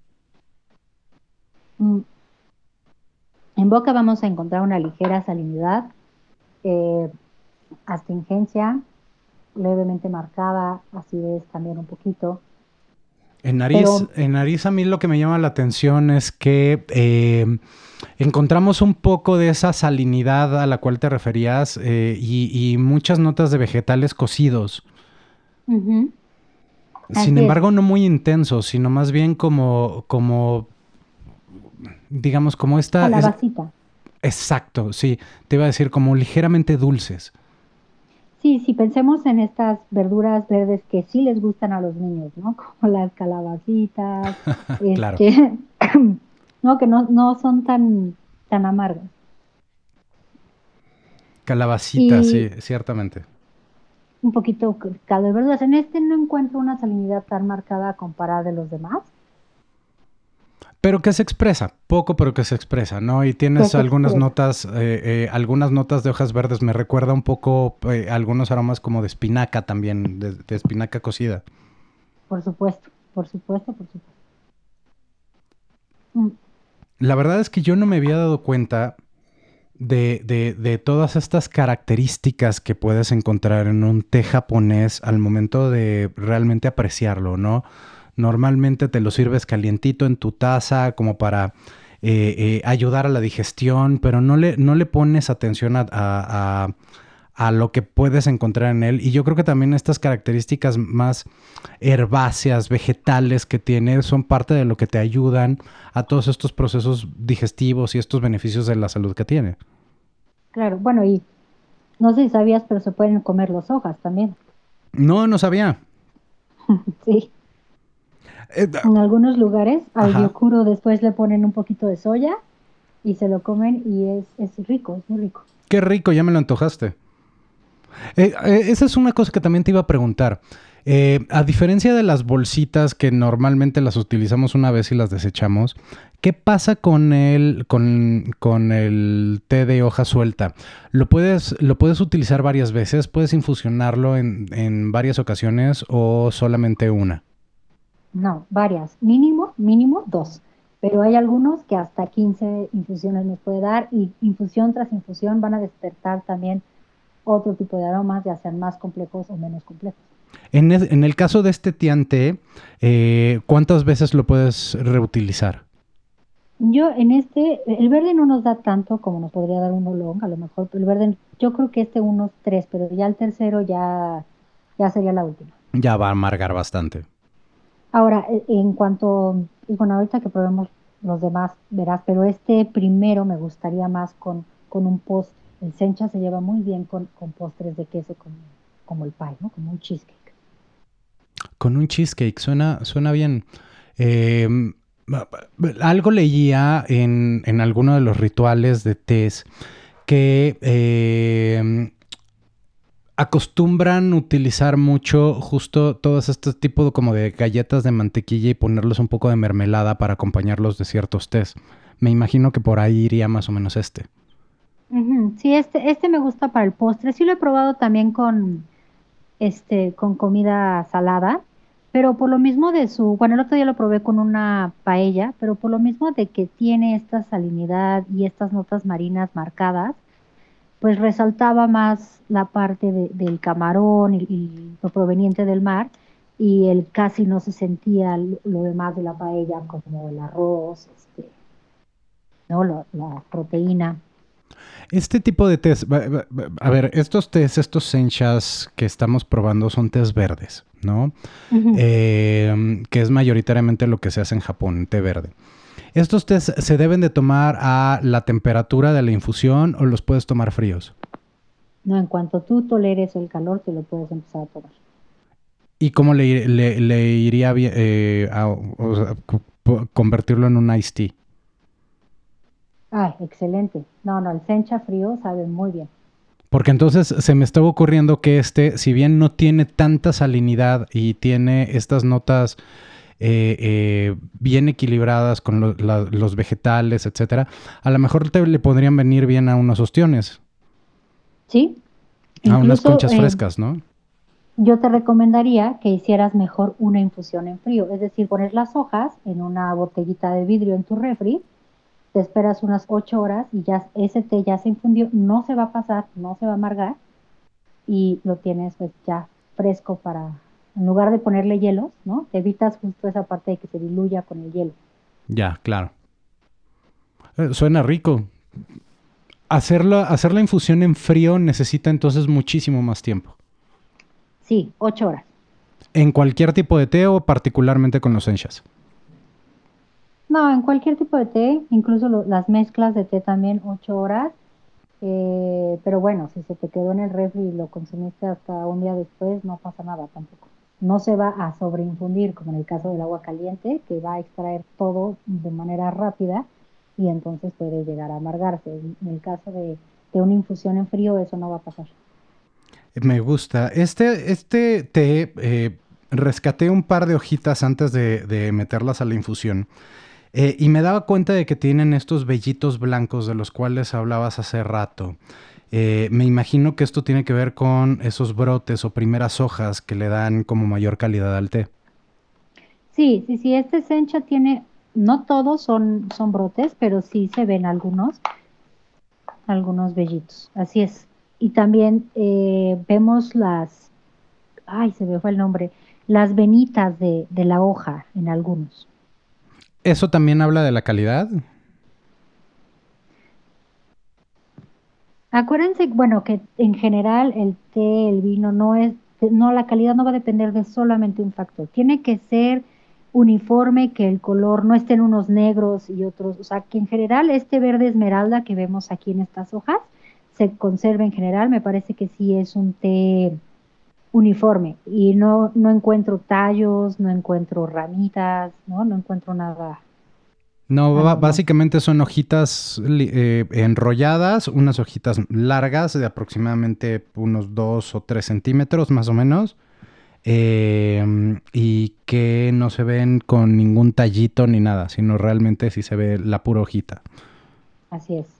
Mm, En boca vamos a encontrar una ligera salinidad, eh, astringencia levemente marcada, acidez también un poquito. En nariz, Pero en nariz a mí lo que me llama la atención es que eh, encontramos un poco de esa salinidad a la cual te referías eh, y, y muchas notas de vegetales cocidos. ujú, Sin así es. embargo, no muy intensos, sino más bien como, como, digamos, como esta... es- Calabacita. exacto, sí, te iba a decir como ligeramente dulces. Sí, sí, pensemos en estas verduras verdes que sí les gustan a los niños, ¿no? Como las calabacitas, Claro. este, no, que no, no son tan, tan amargas. Calabacita, sí, Y ciertamente. un poquito c- caldo de verduras. En este no encuentro una salinidad tan marcada a comparar de los demás, Pero que se expresa, poco pero que se expresa, ¿no? Y que tienes se algunas expresa, notas, eh, eh, algunas notas de hojas verdes, me recuerda un poco eh, algunos aromas como de espinaca también, de, de espinaca cocida. por supuesto, por supuesto, por supuesto. Mm, La verdad es que yo no me había dado cuenta de, de, de todas estas características que puedes encontrar en un té japonés al momento de realmente apreciarlo, ¿no? Normalmente te lo sirves calientito en tu taza como para eh, eh, ayudar a la digestión, pero no le, no le pones atención a, a- a- a lo que puedes encontrar en él. Y yo creo que también estas características más herbáceas, vegetales que tiene, son parte de lo que te ayudan a todos estos procesos digestivos y estos beneficios de la salud que tiene. claro, bueno, y no sé si sabías, pero se pueden comer las hojas también. No, no sabía. Sí, Eh, da- en algunos lugares al Ajá. gyokuro después le ponen un poquito de soya y se lo comen y es, es rico, es muy rico. Qué rico, ya me lo antojaste. Eh, eh, esa es una cosa que también te iba a preguntar. Eh, a diferencia de las bolsitas que normalmente las utilizamos una vez y las desechamos, ¿qué pasa con el, con, con el té de hoja suelta? ¿Lo puedes, lo puedes utilizar varias veces? ¿Puedes infusionarlo en, en varias ocasiones o solamente una? No, varias, mínimo, mínimo dos. Pero hay algunos que hasta quince infusiones nos puede dar y infusión tras infusión van a despertar también otro tipo de aromas, ya sean más complejos o menos complejos. En, es- en el caso de este tiante, eh, ¿cuántas veces lo puedes reutilizar? Yo en este, el verde no nos da tanto como nos podría dar un oolong, a lo mejor, pero el verde, yo creo que este unos tres, pero ya el tercero ya, ya sería la última. Ya va a amargar bastante. Ahora, e- en cuanto, y bueno, ahorita que probemos los demás, verás, pero este primero me gustaría más con, con un postre. El sencha se lleva muy bien con, con postres de queso como, como el pie, ¿no? Como un cheesecake. Con un cheesecake, suena, suena bien. Eh, algo leía en, en alguno de los rituales de tés que eh, acostumbran utilizar mucho justo todos estos tipos como de galletas de mantequilla y ponerles un poco de mermelada para acompañarlos de ciertos tés. Me imagino que por ahí iría más o menos este. Ujú. Sí, este, este me gusta para el postre. Sí lo he probado también con, este, con comida salada, pero por lo mismo de su, bueno, el otro día lo probé con una paella, pero por lo mismo de que tiene esta salinidad y estas notas marinas marcadas, pues resaltaba más la parte de- del camarón y, y lo proveniente del mar, y el casi no se sentía lo, lo demás de la paella, como el arroz, este, ¿no? Lo- la proteína. Este tipo de tés, a ver, estos tés, estos senchas que estamos probando son tés verdes, ¿no? Ujú. Eh, que es mayoritariamente lo que se hace en Japón, té verde. ¿Estos tés se deben de tomar a la temperatura de la infusión o los puedes tomar fríos? No, en cuanto tú toleres el calor, te lo puedes empezar a tomar. ¿Y cómo le, le- le iría bien, eh, a- o sea, co- convertirlo en un iced tea? Ay, excelente. No, no, el sencha frío sabe muy bien. Porque entonces se me estaba ocurriendo que este, si bien no tiene tanta salinidad y tiene estas notas eh, eh, bien equilibradas con lo- la- los vegetales, etcétera, a lo mejor te le podrían venir bien a unos ostiones, Sí, a unas incluso conchas eh, frescas, ¿no? yo te recomendaría que hicieras mejor una infusión en frío, es decir, poner las hojas en una botellita de vidrio en tu refri, te esperas unas ocho horas y ya ese té ya se infundió, no se va a pasar, no se va a amargar, y lo tienes pues ya fresco para, en lugar de ponerle hielos, ¿no? Te evitas justo esa parte de que se diluya con el hielo. Ya, claro. Eh, suena rico. Hacerla, hacer la infusión en frío necesita entonces muchísimo más tiempo. Sí, ocho horas. En cualquier tipo de té o particularmente con los senchas. No, en cualquier tipo de té, incluso lo- las mezclas de té también, ocho horas. Eh, pero bueno, si se te quedó en el refri y lo consumiste hasta un día después, no pasa nada tampoco. No se va a sobreinfundir, como en el caso del agua caliente, que va a extraer todo de manera rápida y entonces puede llegar a amargarse. En el caso de, de una infusión en frío, eso no va a pasar. Me gusta. Este, este té, eh, rescaté un par de hojitas antes de, de meterlas a la infusión. Eh, y me daba cuenta de que tienen estos vellitos blancos de los cuales hablabas hace rato. Eh, me imagino que esto tiene que ver con esos brotes o primeras hojas que le dan como mayor calidad al té. Sí, sí, sí, este sencha tiene, no todos son, son brotes, pero sí se ven algunos, algunos vellitos. Así es. Y también eh, vemos las, ay, se me fue el nombre, las venitas de, de la hoja en algunos. ¿Eso también habla de la calidad? Acuérdense, bueno, que en general el té, el vino, no es, no, la calidad no va a depender de solamente un factor. Tiene que ser uniforme, que el color no esté en unos negros y otros, o sea, que en general este verde esmeralda que vemos aquí en estas hojas se conserve en general. Me parece que sí es un té uniforme y no, no encuentro tallos, no encuentro ramitas, ¿no? No encuentro nada No, ba- anormal. básicamente son hojitas li- eh, enrolladas, unas hojitas largas de aproximadamente unos dos o tres centímetros más o menos, eh, y que no se ven con ningún tallito ni nada, sino realmente sí se ve la pura hojita. Así es.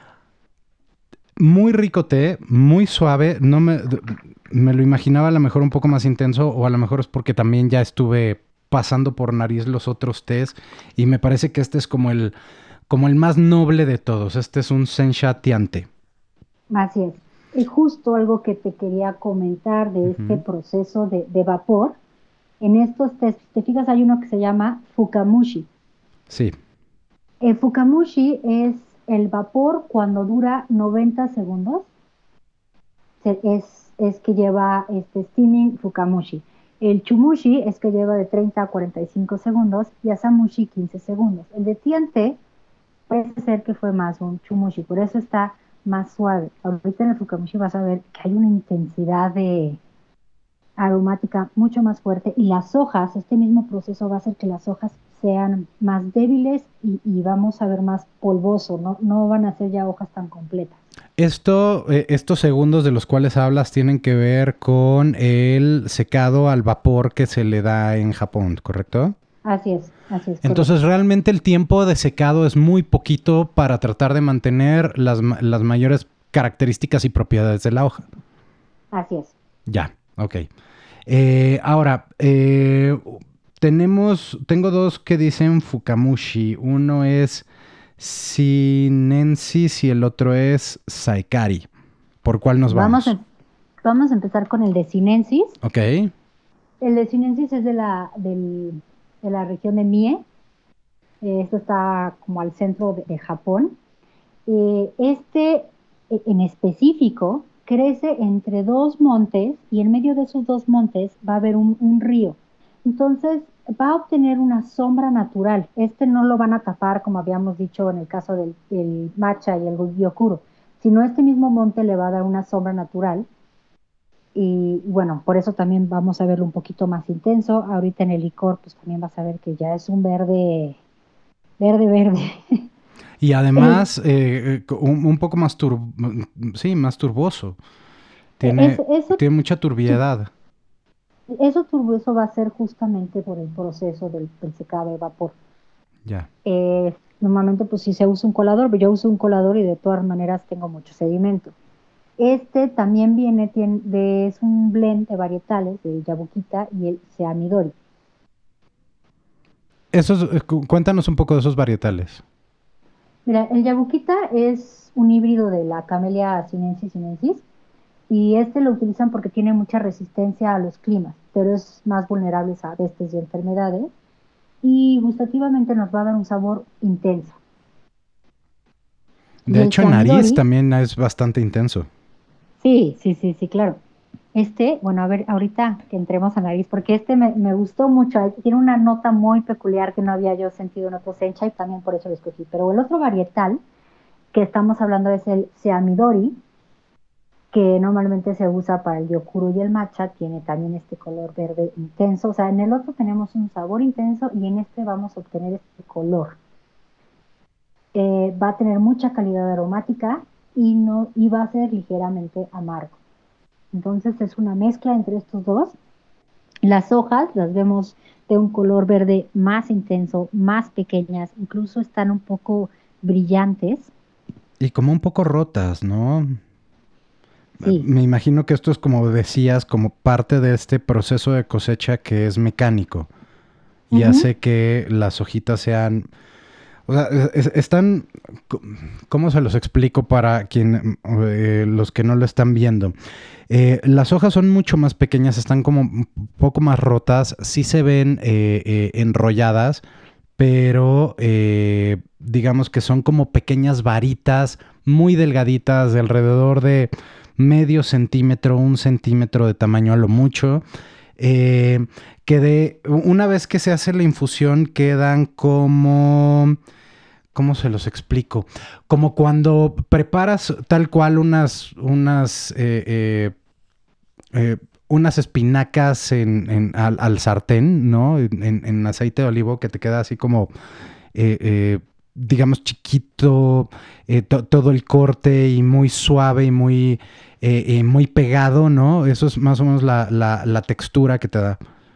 Muy rico té, muy suave, no me, d- me lo imaginaba a lo mejor un poco más intenso o a lo mejor es porque también ya estuve pasando por nariz los otros tés y me parece que este es como el, como el más noble de todos. Este es un Sencha Tiante. Así es. Y justo algo que te quería comentar de este Ujú. proceso de, de vapor, en estos test, si te fijas, hay uno que se llama Fukamushi. Sí, El Fukamushi es el vapor cuando dura noventa segundos, se- es, es que lleva este steaming Fukamushi. El chumushi es que lleva de treinta a cuarenta y cinco segundos y asamushi quince segundos. El de tiente puede ser que fue más un chumushi, por eso está más suave. Ahorita en el fukamushi vas a ver que hay una intensidad de aromática mucho más fuerte y las hojas, este mismo proceso va a hacer que las hojas sean más débiles y, y vamos a ver más polvoso, ¿no? No van a ser ya hojas tan completas. Esto, eh, estos segundos de los cuales hablas tienen que ver con el secado al vapor que se le da en Japón, ¿correcto? Así es, así es. Entonces, correcto. realmente el tiempo de secado es muy poquito para tratar de mantener las, las mayores características y propiedades de la hoja. Así es. Ya, ok. Eh, ahora, eh, tenemos, tengo dos que dicen Fukamushi. Uno es Sinensis y el otro es Saikari. ¿Por cuál nos vamos? Vamos a, vamos a empezar con el de Sinensis. Ok. El de Sinensis es de la, del, de la región de Mie. Eh, esto está como al centro de, de Japón. Eh, este eh, en específico crece entre dos montes y en medio de esos dos montes va a haber un, un río. Entonces va a obtener una sombra natural. Este no lo van a tapar, como habíamos dicho en el caso del, del matcha y el gyokuro, sino este mismo monte le va a dar una sombra natural. Y bueno, por eso también vamos a verlo un poquito más intenso. Ahorita en el licor, pues también vas a ver que ya es un verde, verde, verde. Y además, eh, un, un poco más, tur sí, más turboso. Tiene, Eso, eso, tiene mucha turbiedad. eso turboso va a ser justamente por el proceso del, del secado de vapor. Ya. Eh, normalmente, pues si se usa un colador, pero yo uso un colador y de todas maneras tengo mucho sedimento. Este también viene, tiene, de, es un blend de varietales, el Yabuquita y el Seamidori. Esos, eh, cuéntanos un poco de esos varietales. Mira, el Yabuquita es un híbrido de la Camellia sinensis sinensis y este lo utilizan porque tiene mucha resistencia a los climas, pero es más vulnerable a pestes y enfermedades y gustativamente nos va a dar un sabor intenso. De Y el hecho, nariz Seamidori, también es bastante intenso. sí, sí, sí, sí, claro. Este, bueno, a ver, ahorita que entremos a nariz, porque este me, me gustó mucho, tiene una nota muy peculiar que no había yo sentido en otro sencha y también por eso lo escogí. Pero el otro varietal que estamos hablando es el Seamidori, que normalmente se usa para el gyokuro y el matcha, tiene también este color verde intenso. O sea, en el otro tenemos un sabor intenso y en este vamos a obtener este color. Eh, va a tener mucha calidad aromática y, no, y va a ser ligeramente amargo. Entonces es una mezcla entre estos dos. Las hojas las vemos de un color verde más intenso, más pequeñas, incluso están un poco brillantes. Y como un poco rotas, ¿no? Sí. Me imagino que esto es, como decías, como parte de este proceso de cosecha que es mecánico y uh-huh. hace que las hojitas sean... O sea, es, están... ¿Cómo se los explico para quien, eh, los que no lo están viendo? Eh, las hojas son mucho más pequeñas, están como un poco más rotas, sí se ven eh, eh, enrolladas, pero eh, digamos que son como pequeñas varitas muy delgaditas de alrededor de medio centímetro, un centímetro de tamaño a lo mucho, eh, que de, una vez que se hace la infusión quedan como... ¿Cómo se los explico? Como cuando preparas tal cual unas, unas, eh, eh, eh, unas espinacas en, en, al, al sartén, ¿no? En, en aceite de olivo, que te queda así como, eh, eh, digamos, chiquito, eh, to, todo el corte y muy suave y muy, eh, eh, muy pegado, ¿no? Eso es más o menos la, la, la textura que te da.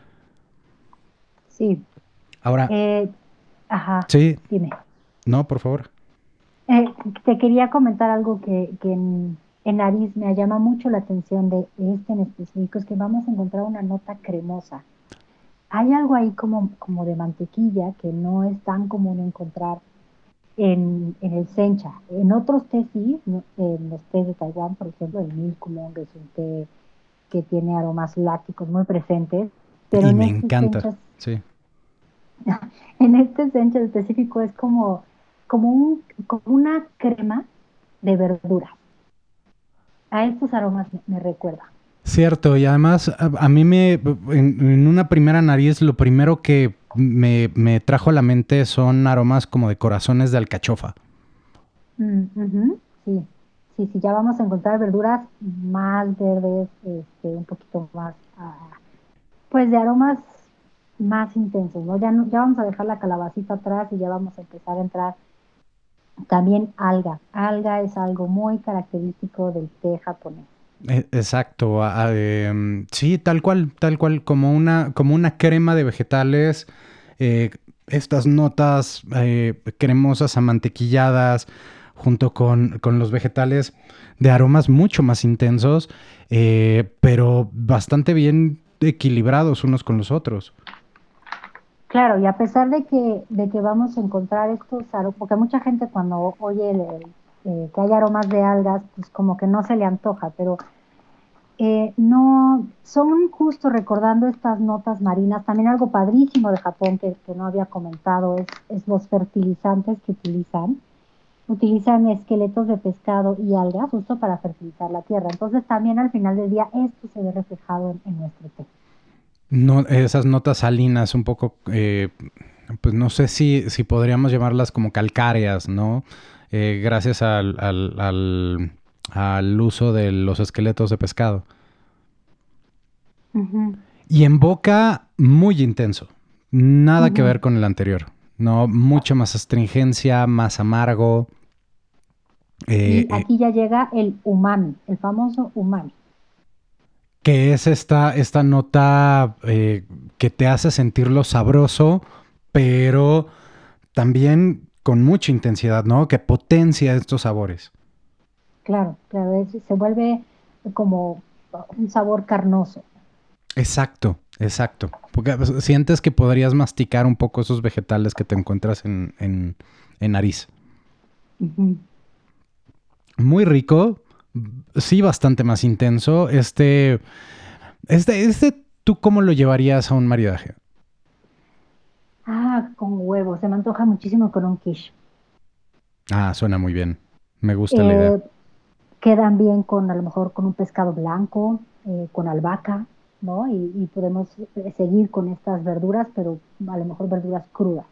Sí. Ahora. Eh, ajá. Sí. Dime. No, por favor. Eh, te quería comentar algo que, que en, en nariz me llama mucho la atención de este en específico, es que vamos a encontrar una nota cremosa. Hay algo ahí como, como de mantequilla que no es tan común encontrar en, en el sencha. En otros tés sí, en los tés de Taiwán, por ejemplo, el milk oolong es un té que tiene aromas lácticos muy presentes. Pero y en me este encanta, sencha, sí. En este sencha específico es como... Como, un, como una crema de verdura. A estos aromas me, me recuerda. Cierto, y además a, a mí me, en, en una primera nariz, lo primero que me, me trajo a la mente son aromas como de corazones de alcachofa. Mm, ujú, sí, sí, sí, ya vamos a encontrar verduras más verdes, este, un poquito más, ah, pues de aromas más intensos, ¿no? Ya, no, ya vamos a dejar la calabacita atrás y ya vamos a empezar a entrar también alga. Alga es algo muy característico del té japonés. E- Exacto, a- a- em, sí, tal cual, tal cual, como una, como una crema de vegetales, eh, estas notas eh, cremosas, amantequilladas, junto con, con los vegetales de aromas mucho más intensos, eh, pero bastante bien equilibrados unos con los otros. Claro, y a pesar de que, de que vamos a encontrar estos aromas, porque mucha gente cuando oye el- el, eh, que hay aromas de algas, pues como que no se le antoja, pero eh, no, son justo recordando estas notas marinas. También algo padrísimo de Japón que, que no había comentado es, es los fertilizantes que utilizan. Utilizan esqueletos de pescado y algas justo para fertilizar la tierra. Entonces también al final del día esto se ve reflejado en, en nuestro té. No, esas notas salinas un poco, eh, pues no sé si, si podríamos llamarlas como calcáreas, ¿no? Eh, gracias al, al, al, al uso de los esqueletos de pescado. Ujú, Y en boca, muy intenso. Nada que ujú. ver con el anterior. No, mucha más astringencia, más amargo. eh, Y eh, aquí ya llega el umami, el famoso umami. que es esta, esta nota eh, que te hace sentirlo sabroso, pero también con mucha intensidad, ¿no? Que potencia estos sabores. Claro, claro, es- se vuelve como un sabor carnoso. Exacto, exacto. Porque pues, sientes que podrías masticar un poco esos vegetales que te encuentras en, en, en nariz. Ujú. Muy rico, sí, bastante más intenso. Este, este, este, ¿tú cómo lo llevarías a un maridaje? Ah, con huevos, se me antoja muchísimo con un quiche. Ah, suena muy bien. Me gusta la idea. Eh, Quedan bien con a lo mejor con un pescado blanco, eh, con albahaca, ¿no? Y, y podemos eh, seguir con estas verduras, pero a lo mejor verduras crudas.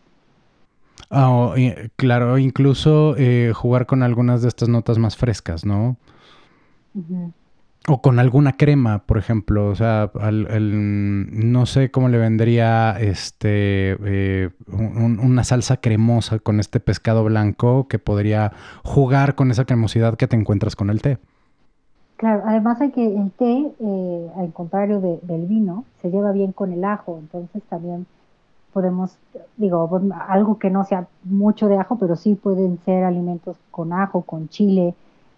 Ah, o, y, claro, incluso eh, jugar con algunas de estas notas más frescas, ¿no? Ujú. O con alguna crema, por ejemplo. O sea, al- el- no sé cómo le vendría este eh, un- una salsa cremosa con este pescado blanco que podría jugar con esa cremosidad que te encuentras con el té. Claro, además hay que el té, eh, al contrario de- del vino, se lleva bien con el ajo, entonces también podemos, digo, pues, algo que no sea mucho de ajo, pero sí pueden ser alimentos con ajo, con chile,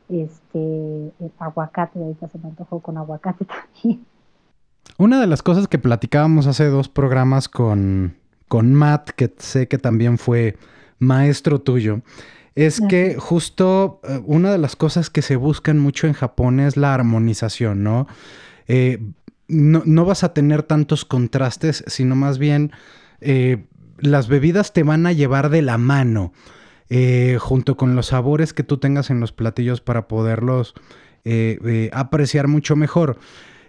este, el aguacate, ahorita se me antojó con aguacate también. Una de las cosas que platicábamos hace dos programas con, con Matt, que sé que también fue maestro tuyo, es Así que es. justo eh, una de las cosas que se buscan mucho en Japón es la armonización, ¿no? Eh, no, no vas a tener tantos contrastes, sino más bien eh, las bebidas te van a llevar de la mano, eh, junto con los sabores que tú tengas en los platillos para poderlos eh, eh, apreciar mucho mejor.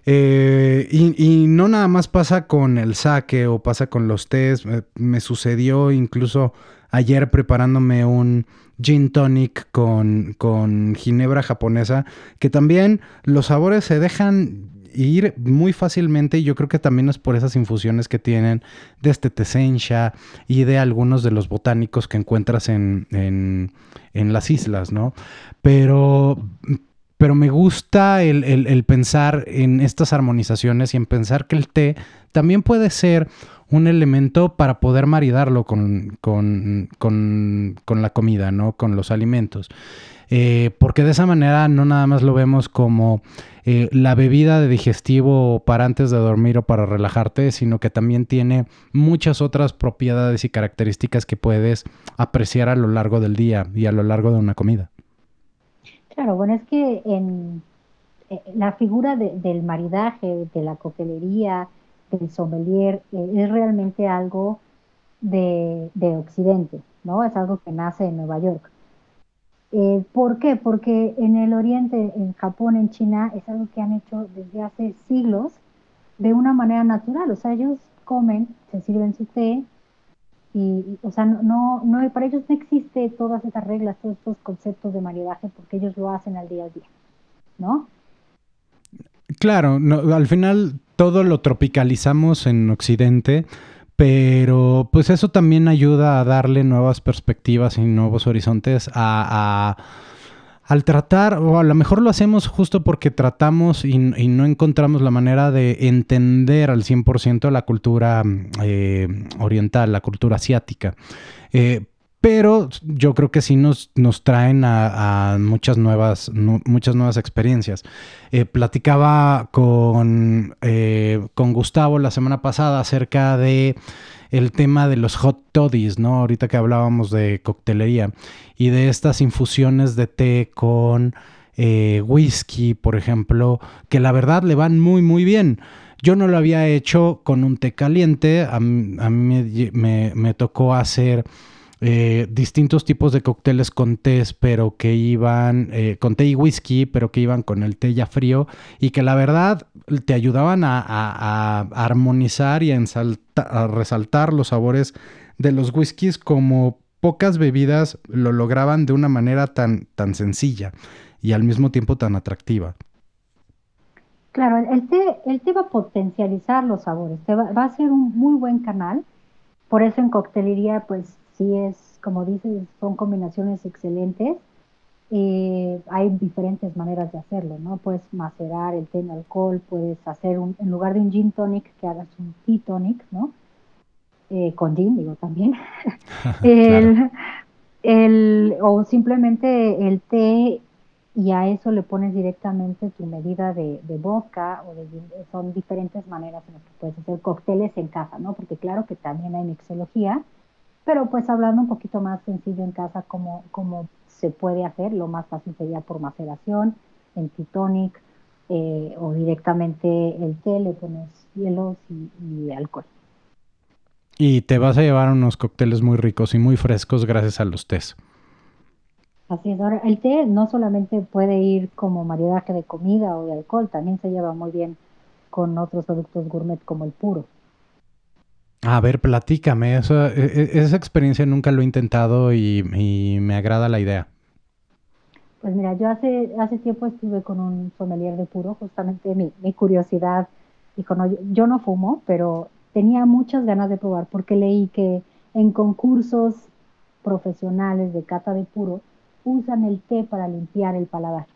Eh, y, y no nada más pasa con el sake o pasa con los tés. eh, me sucedió incluso ayer preparándome un gin tonic con, con ginebra japonesa, que también los sabores se dejan ir muy fácilmente y yo creo que también es por esas infusiones que tienen de este tesensha y de algunos de los botánicos que encuentras en, en, en las islas, ¿no? Pero pero me gusta el, el- el pensar en estas armonizaciones y en pensar que el té también puede ser un elemento para poder maridarlo con, con- con- con la comida, ¿no? Con los alimentos. Eh, porque de esa manera no nada más lo vemos como eh, la bebida de digestivo para antes de dormir o para relajarte, sino que también tiene muchas otras propiedades y características que puedes apreciar a lo largo del día y a lo largo de una comida. Claro, bueno, es que en eh, la figura de- del maridaje, de la coctelería, del sommelier, eh, es realmente algo de, de Occidente, ¿no? Es algo que nace en Nueva York. Eh, ¿por qué? Porque en el Oriente, en Japón, en China, es algo que han hecho desde hace siglos de una manera natural. O sea, ellos comen, se sirven su té y, y, o sea, no, no, no, para ellos no existe todas esas reglas, todos estos conceptos de maridaje porque ellos lo hacen al día a día, ¿no? Claro, no, al final todo lo tropicalizamos en Occidente, pero pues eso también ayuda a darle nuevas perspectivas y nuevos horizontes a, a- al tratar, o a lo mejor lo hacemos justo porque tratamos y, y no encontramos la manera de entender al cien por ciento la cultura eh, oriental, la cultura asiática. Eh, pero yo creo que sí nos, nos traen a, a muchas, nuevas, nu- muchas nuevas experiencias. Eh, platicaba con, eh, con Gustavo la semana pasada acerca de el tema de los hot toddies, ¿no? Ahorita que hablábamos de coctelería y de estas infusiones de té con eh, whisky, por ejemplo, que la verdad le van muy, muy bien. Yo no lo había hecho con un té caliente, a, mí a mí me, me, me tocó hacer eh, distintos tipos de cócteles con tés, pero que iban eh, con té y whisky, pero que iban con el té ya frío y que la verdad te ayudaban a, a- a armonizar y a, ensalta- a resaltar los sabores de los whiskies como pocas bebidas lo lograban de una manera tan, tan sencilla y al mismo tiempo tan atractiva. Claro, el, el té, el té va a potencializar los sabores, te va, va a ser un muy buen canal. Por eso en coctelería, pues sí es, como dices, son combinaciones excelentes. Eh, hay diferentes maneras de hacerlo, ¿no? Puedes macerar el té en alcohol, puedes hacer un, en lugar de un gin tonic, que hagas un tea tonic, ¿no? Eh, con gin, digo también. Claro. El, el, o simplemente el té y a eso le pones directamente tu medida de, de vodka o de gin. Son diferentes maneras en las que puedes hacer cócteles en casa, ¿no? Porque claro que también hay mixología, pero pues hablando un poquito más sencillo en casa, cómo, cómo se puede hacer, lo más fácil sería por maceración, en Titonic, eh, o directamente el té, le pones hielos y, y alcohol. Y te vas a llevar unos cócteles muy ricos y muy frescos gracias a los tés. Así es, ahora el té no solamente puede ir como maridaje de comida o de alcohol, también se lleva muy bien con otros productos gourmet como el puro. A ver, platícame, esa, e- e- esa experiencia nunca lo he intentado y, y me agrada la idea. Pues mira, yo hace, hace tiempo estuve con un sommelier de puro, justamente mi, mi curiosidad dijo, no, yo, yo no fumo, pero tenía muchas ganas de probar porque leí que en concursos profesionales de cata de puro usan el té para limpiar el paladar.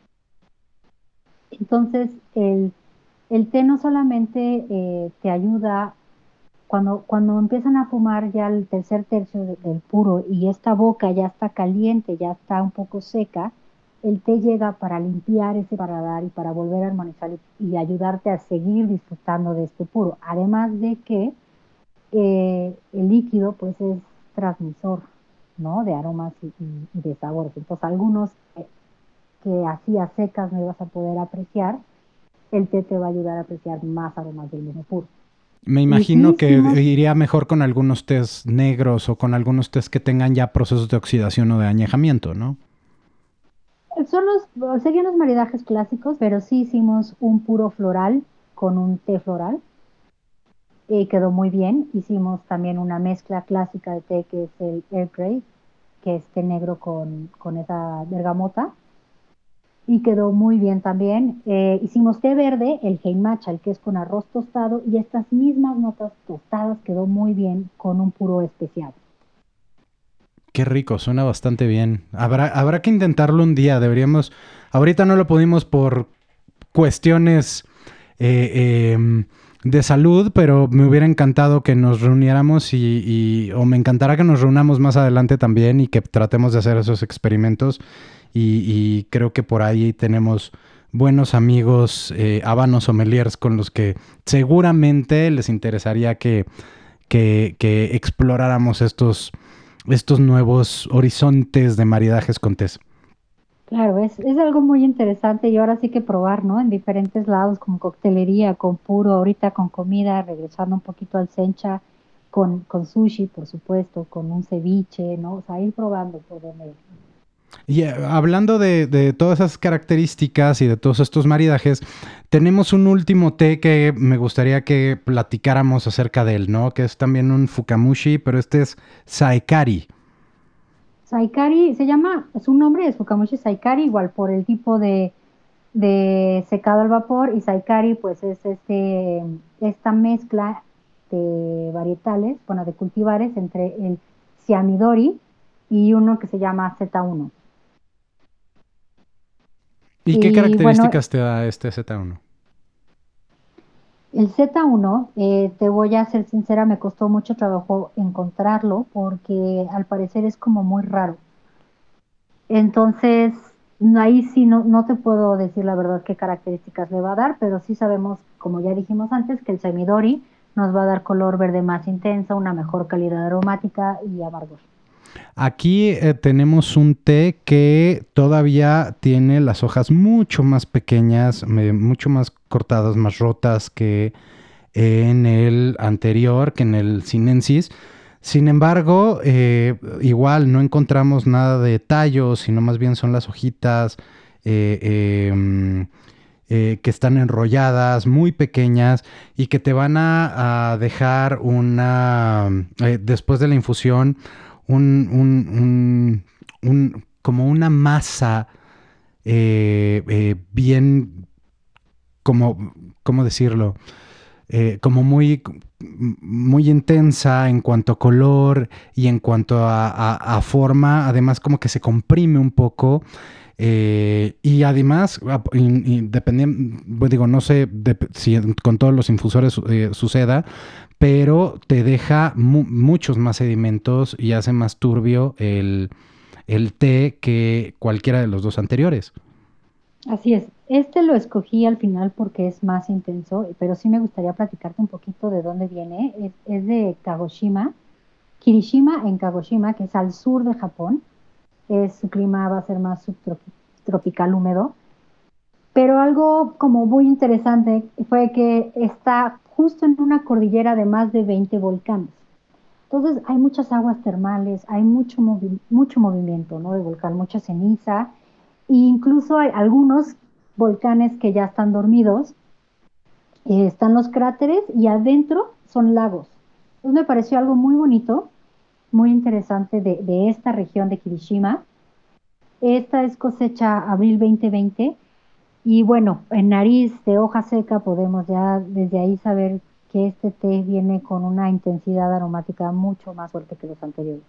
Entonces, el, el té no solamente eh, te ayuda cuando, cuando empiezan a fumar ya el tercer tercio de- del puro y esta boca ya está caliente, ya está un poco seca, el té llega para limpiar ese paladar y para volver a armonizar y, y ayudarte a seguir disfrutando de este puro. Además de que eh, el líquido pues es transmisor, ¿no? De aromas y, y- y de sabores. Entonces algunos eh, que así a secas no ibas a poder apreciar, el té te va a ayudar a apreciar más aromas del mismo puro. Me Y imagino sí que hicimos. iría mejor con algunos tés negros o con algunos tés que tengan ya procesos de oxidación o de añejamiento, ¿no? Son los, serían los maridajes clásicos, pero sí hicimos un puro floral con un té floral y quedó muy bien. Hicimos también una mezcla clásica de té que es el Earl Grey, que es té negro con, con esa bergamota y quedó muy bien también. Eh, hicimos té verde, el heimacha, el que es con arroz tostado y estas mismas notas tostadas quedó muy bien con un puro especial. Qué rico, suena bastante bien. Habrá, habrá que intentarlo un día, deberíamos... Ahorita no lo pudimos por cuestiones eh, eh, de salud, pero me hubiera encantado que nos reuniéramos y, y- o me encantará que nos reunamos más adelante también y que tratemos de hacer esos experimentos y, y creo que por ahí tenemos buenos amigos, eh, habanos sommeliers con los que seguramente les interesaría que, que, que exploráramos estos, estos nuevos horizontes de maridajes con tés. Claro, es, es algo muy interesante y ahora sí que probar, ¿no? En diferentes lados, con coctelería, con puro, ahorita con comida, regresando un poquito al sencha, con, con sushi, por supuesto, con un ceviche, ¿no? O sea, ir probando por donde ir. Y eh, hablando de, de todas esas características y de todos estos maridajes, tenemos un último té que me gustaría que platicáramos acerca de él, ¿no? Que es también un fukamushi, pero este es Saekari. Saikari, se llama, su nombre es Fukamushi Saikari, igual por el tipo de, de secado al vapor, y Saikari pues es este, esta mezcla de varietales, bueno, de cultivares entre el Ciamidori y uno que se llama Z uno. ¿Y qué Y características bueno, te da este Z uno? el Z uno, eh, te voy a ser sincera, me costó mucho trabajo encontrarlo porque al parecer es como muy raro. Entonces, no- ahí sí no, no te puedo decir la verdad qué características le va a dar, pero sí sabemos, como ya dijimos antes, que el Semidori nos va a dar color verde más intenso, una mejor calidad aromática y amargor. Aquí eh, tenemos un té que todavía tiene las hojas mucho más pequeñas, me- mucho más cortadas, más rotas que en el anterior, que en el Sinensis. Sin embargo, eh, igual no encontramos nada de tallos, sino más bien son las hojitas eh, eh, mm, eh, que están enrolladas, muy pequeñas y que te van a, a dejar una, eh, después de la infusión, un, un, un, un- como una masa eh, eh, bien, como, ¿cómo decirlo? Eh, como muy, muy intensa en cuanto a color y en cuanto a, a- a forma, además como que se comprime un poco. Eh, y además, ah, y- y dependien- pues digo, no sé dep- si en- con todos los infusores su- eh, suceda, pero te deja mu- muchos más sedimentos y hace más turbio el, el té que cualquiera de los dos anteriores. Así es. Este lo escogí al final porque es más intenso, pero sí me gustaría platicarte un poquito de dónde viene. Es, es de Kagoshima, Kirishima en Kagoshima, que es al sur de Japón. Es, su clima va a ser más subtropical húmedo. Pero algo como muy interesante fue que está justo en una cordillera de más de veinte volcanes. Entonces hay muchas aguas termales, hay mucho, movi mucho movimiento, ¿no? De volcán, mucha ceniza, e incluso hay algunos volcanes que ya están dormidos, eh, están los cráteres y adentro son lagos. Entonces me pareció algo muy bonito, muy interesante de, de esta región de Kirishima. Esta es cosecha abril veinte veinte. Y bueno, en nariz de hoja seca podemos ya desde ahí saber que este té viene con una intensidad aromática mucho más fuerte que los anteriores.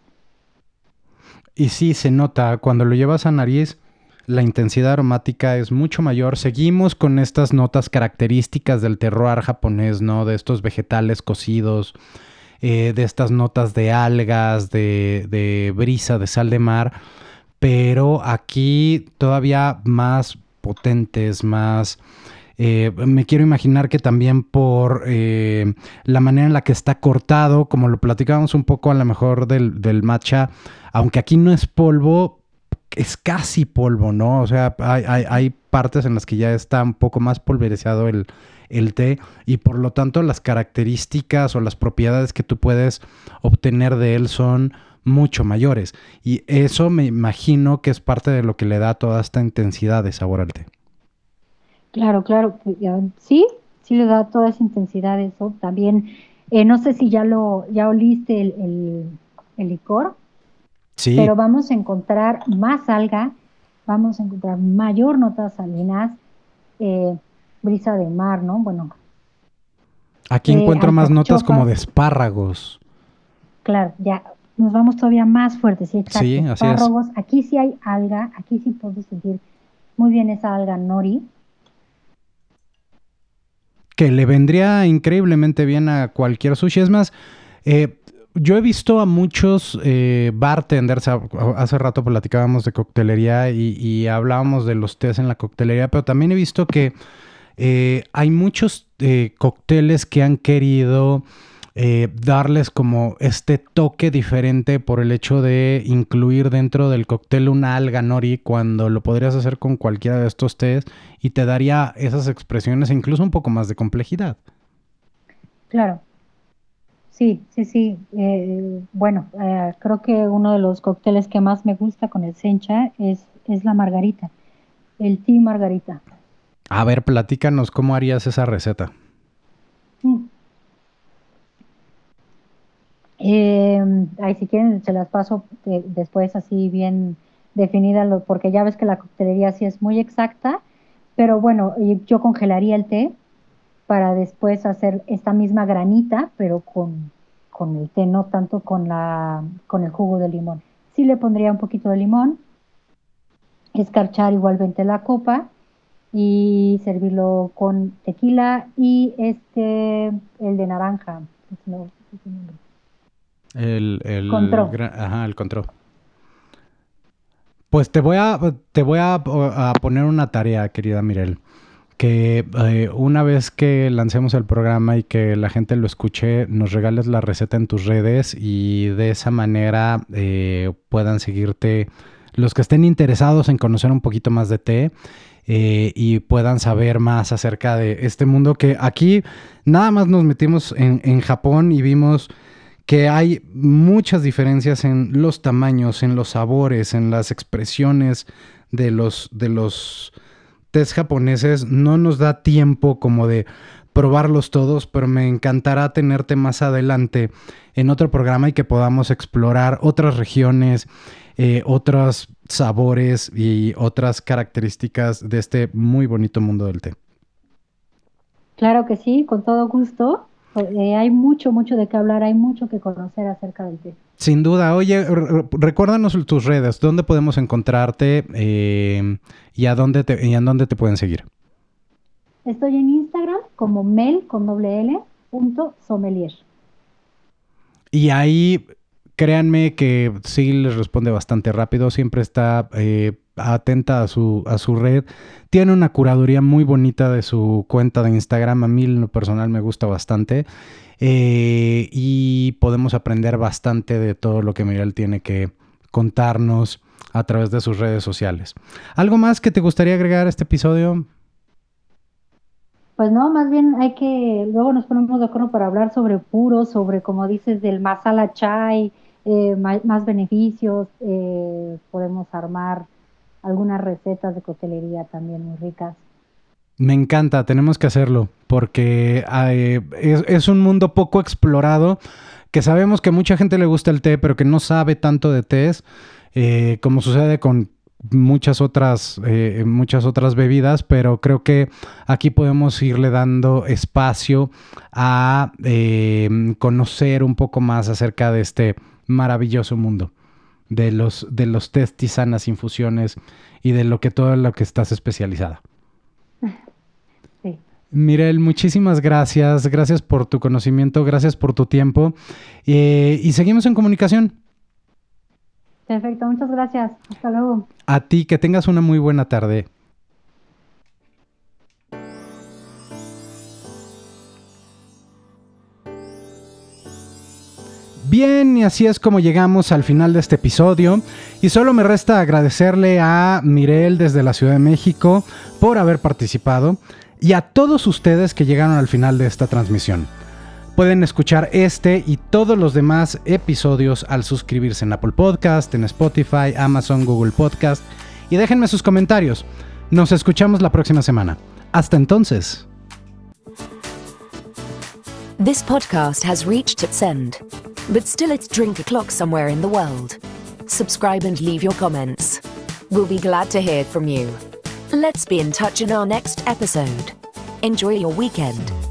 Y sí, se nota, cuando lo llevas a nariz, la intensidad aromática es mucho mayor. Seguimos con estas notas características del terroir japonés, ¿no? De estos vegetales cocidos, eh, de estas notas de algas, de, de brisa, de sal de mar, pero aquí todavía más potentes, más... Eh, me quiero imaginar que también por eh, la manera en la que está cortado, como lo platicábamos un poco a lo mejor del, del matcha, aunque aquí no es polvo, es casi polvo, ¿no? O sea, hay, hay, hay partes en las que ya está un poco más pulverizado el, el té y por lo tanto las características o las propiedades que tú puedes obtener de él son mucho mayores. Y eso me imagino que es parte de lo que le da toda esta intensidad de sabor al té. Claro, claro, pues, ya- sí, sí le da toda esa intensidad eso. También, eh, no sé si ya lo, ya oliste el, el, el licor, Sí, pero vamos a encontrar más alga, vamos a encontrar mayor notas salinas, eh, brisa de mar, ¿no? Bueno, aquí eh, encuentro más notas como alcachofas, de espárragos. claro, ya nos vamos todavía más fuertes, sí, Sí, exacto, así es. espárragos, aquí sí hay alga, aquí sí puedo sentir muy bien esa alga nori. Que le vendría increíblemente bien a cualquier sushi. Es más, eh, yo he visto a muchos eh, bartenders, a- hace rato platicábamos de coctelería y, y hablábamos de los tés en la coctelería, pero también he visto que eh, hay muchos eh, cócteles que han querido eh, darles como este toque diferente por el hecho de incluir dentro del cóctel una alga nori cuando lo podrías hacer con cualquiera de estos tés y te daría esas expresiones e incluso un poco más de complejidad. Claro, sí, sí, sí. Eh, bueno, eh, creo que uno de los cócteles que más me gusta con el sencha es, es la margarita, el té margarita. A ver, platícanos cómo harías esa receta. Mm. Eh, ay, si quieren, se las paso de- después así bien definida, lo- porque ya ves que la coctelería sí es muy exacta, pero bueno, y yo congelaría el té para después hacer esta misma granita, pero con, con el té, no tanto con la, con el jugo de limón. Sí le pondría un poquito de limón, escarchar igualmente la copa y servirlo con tequila y este, el de naranja. No, El, el, Control. gra- ajá, el control. Pues te voy a, te voy a, a poner una tarea, querida Mirel, que eh, una vez que lancemos el programa y que la gente lo escuche, nos regales la receta en tus redes y de esa manera eh, puedan seguirte los que estén interesados en conocer un poquito más de té eh, y puedan saber más acerca de este mundo que aquí nada más nos metimos en, en Japón y vimos que hay muchas diferencias en los tamaños, en los sabores, en las expresiones de los, de los tés japoneses. No nos da tiempo como de probarlos todos, pero me encantará tenerte más adelante en otro programa y que podamos explorar otras regiones, eh, otros sabores y otras características de este muy bonito mundo del té. Claro que sí, con todo gusto. Eh, hay mucho, mucho de qué hablar, hay mucho que conocer acerca del té. Sin duda. Oye, r- recuérdanos tus redes, dónde podemos encontrarte eh, y a dónde te, y a dónde te pueden seguir. Estoy en Instagram como mel con doble L punto sommelier. Y ahí, créanme que sí les responde bastante rápido, siempre está eh, atenta a su, a su red. Tiene una curaduría muy bonita de su cuenta de Instagram, a mí en lo personal me gusta bastante. Eh, y podemos aprender bastante de todo lo que Mirel tiene que contarnos a través de sus redes sociales. ¿Algo más que te gustaría agregar a este episodio? Pues no, más bien hay que, luego nos ponemos de acuerdo para hablar sobre puros, sobre, como dices, del masala chai, eh, ma- más beneficios, eh, podemos armar algunas recetas de coctelería también muy ricas. Me encanta, tenemos que hacerlo porque eh, es, es un mundo poco explorado, que sabemos que mucha gente le gusta el té, pero que no sabe tanto de tés, eh, como sucede con muchas otras, eh, muchas otras bebidas, pero creo que aquí podemos irle dando espacio a eh, conocer un poco más acerca de este maravilloso mundo de los, de los tés, tisanas, infusiones y de lo que todo lo que estás especializada. Sí. Mirel, muchísimas gracias. Gracias por tu conocimiento, gracias por tu tiempo. Eh, y seguimos en comunicación. Perfecto, muchas gracias. Hasta luego. A ti, que tengas una muy buena tarde. Bien, y así es como llegamos al final de este episodio. Y solo me resta agradecerle a Mirel desde la Ciudad de México por haber participado y a todos ustedes que llegaron al final de esta transmisión. Pueden escuchar este y todos los demás episodios al suscribirse en Apple Podcast, en Spotify, Amazon, Google Podcast y déjenme sus comentarios. Nos escuchamos la próxima semana. Hasta entonces. This podcast has reached its end, but still it's drink o'clock somewhere in the world. Subscribe and leave your comments. We'll be glad to hear from you. Let's be in touch in our next episode. Enjoy your weekend.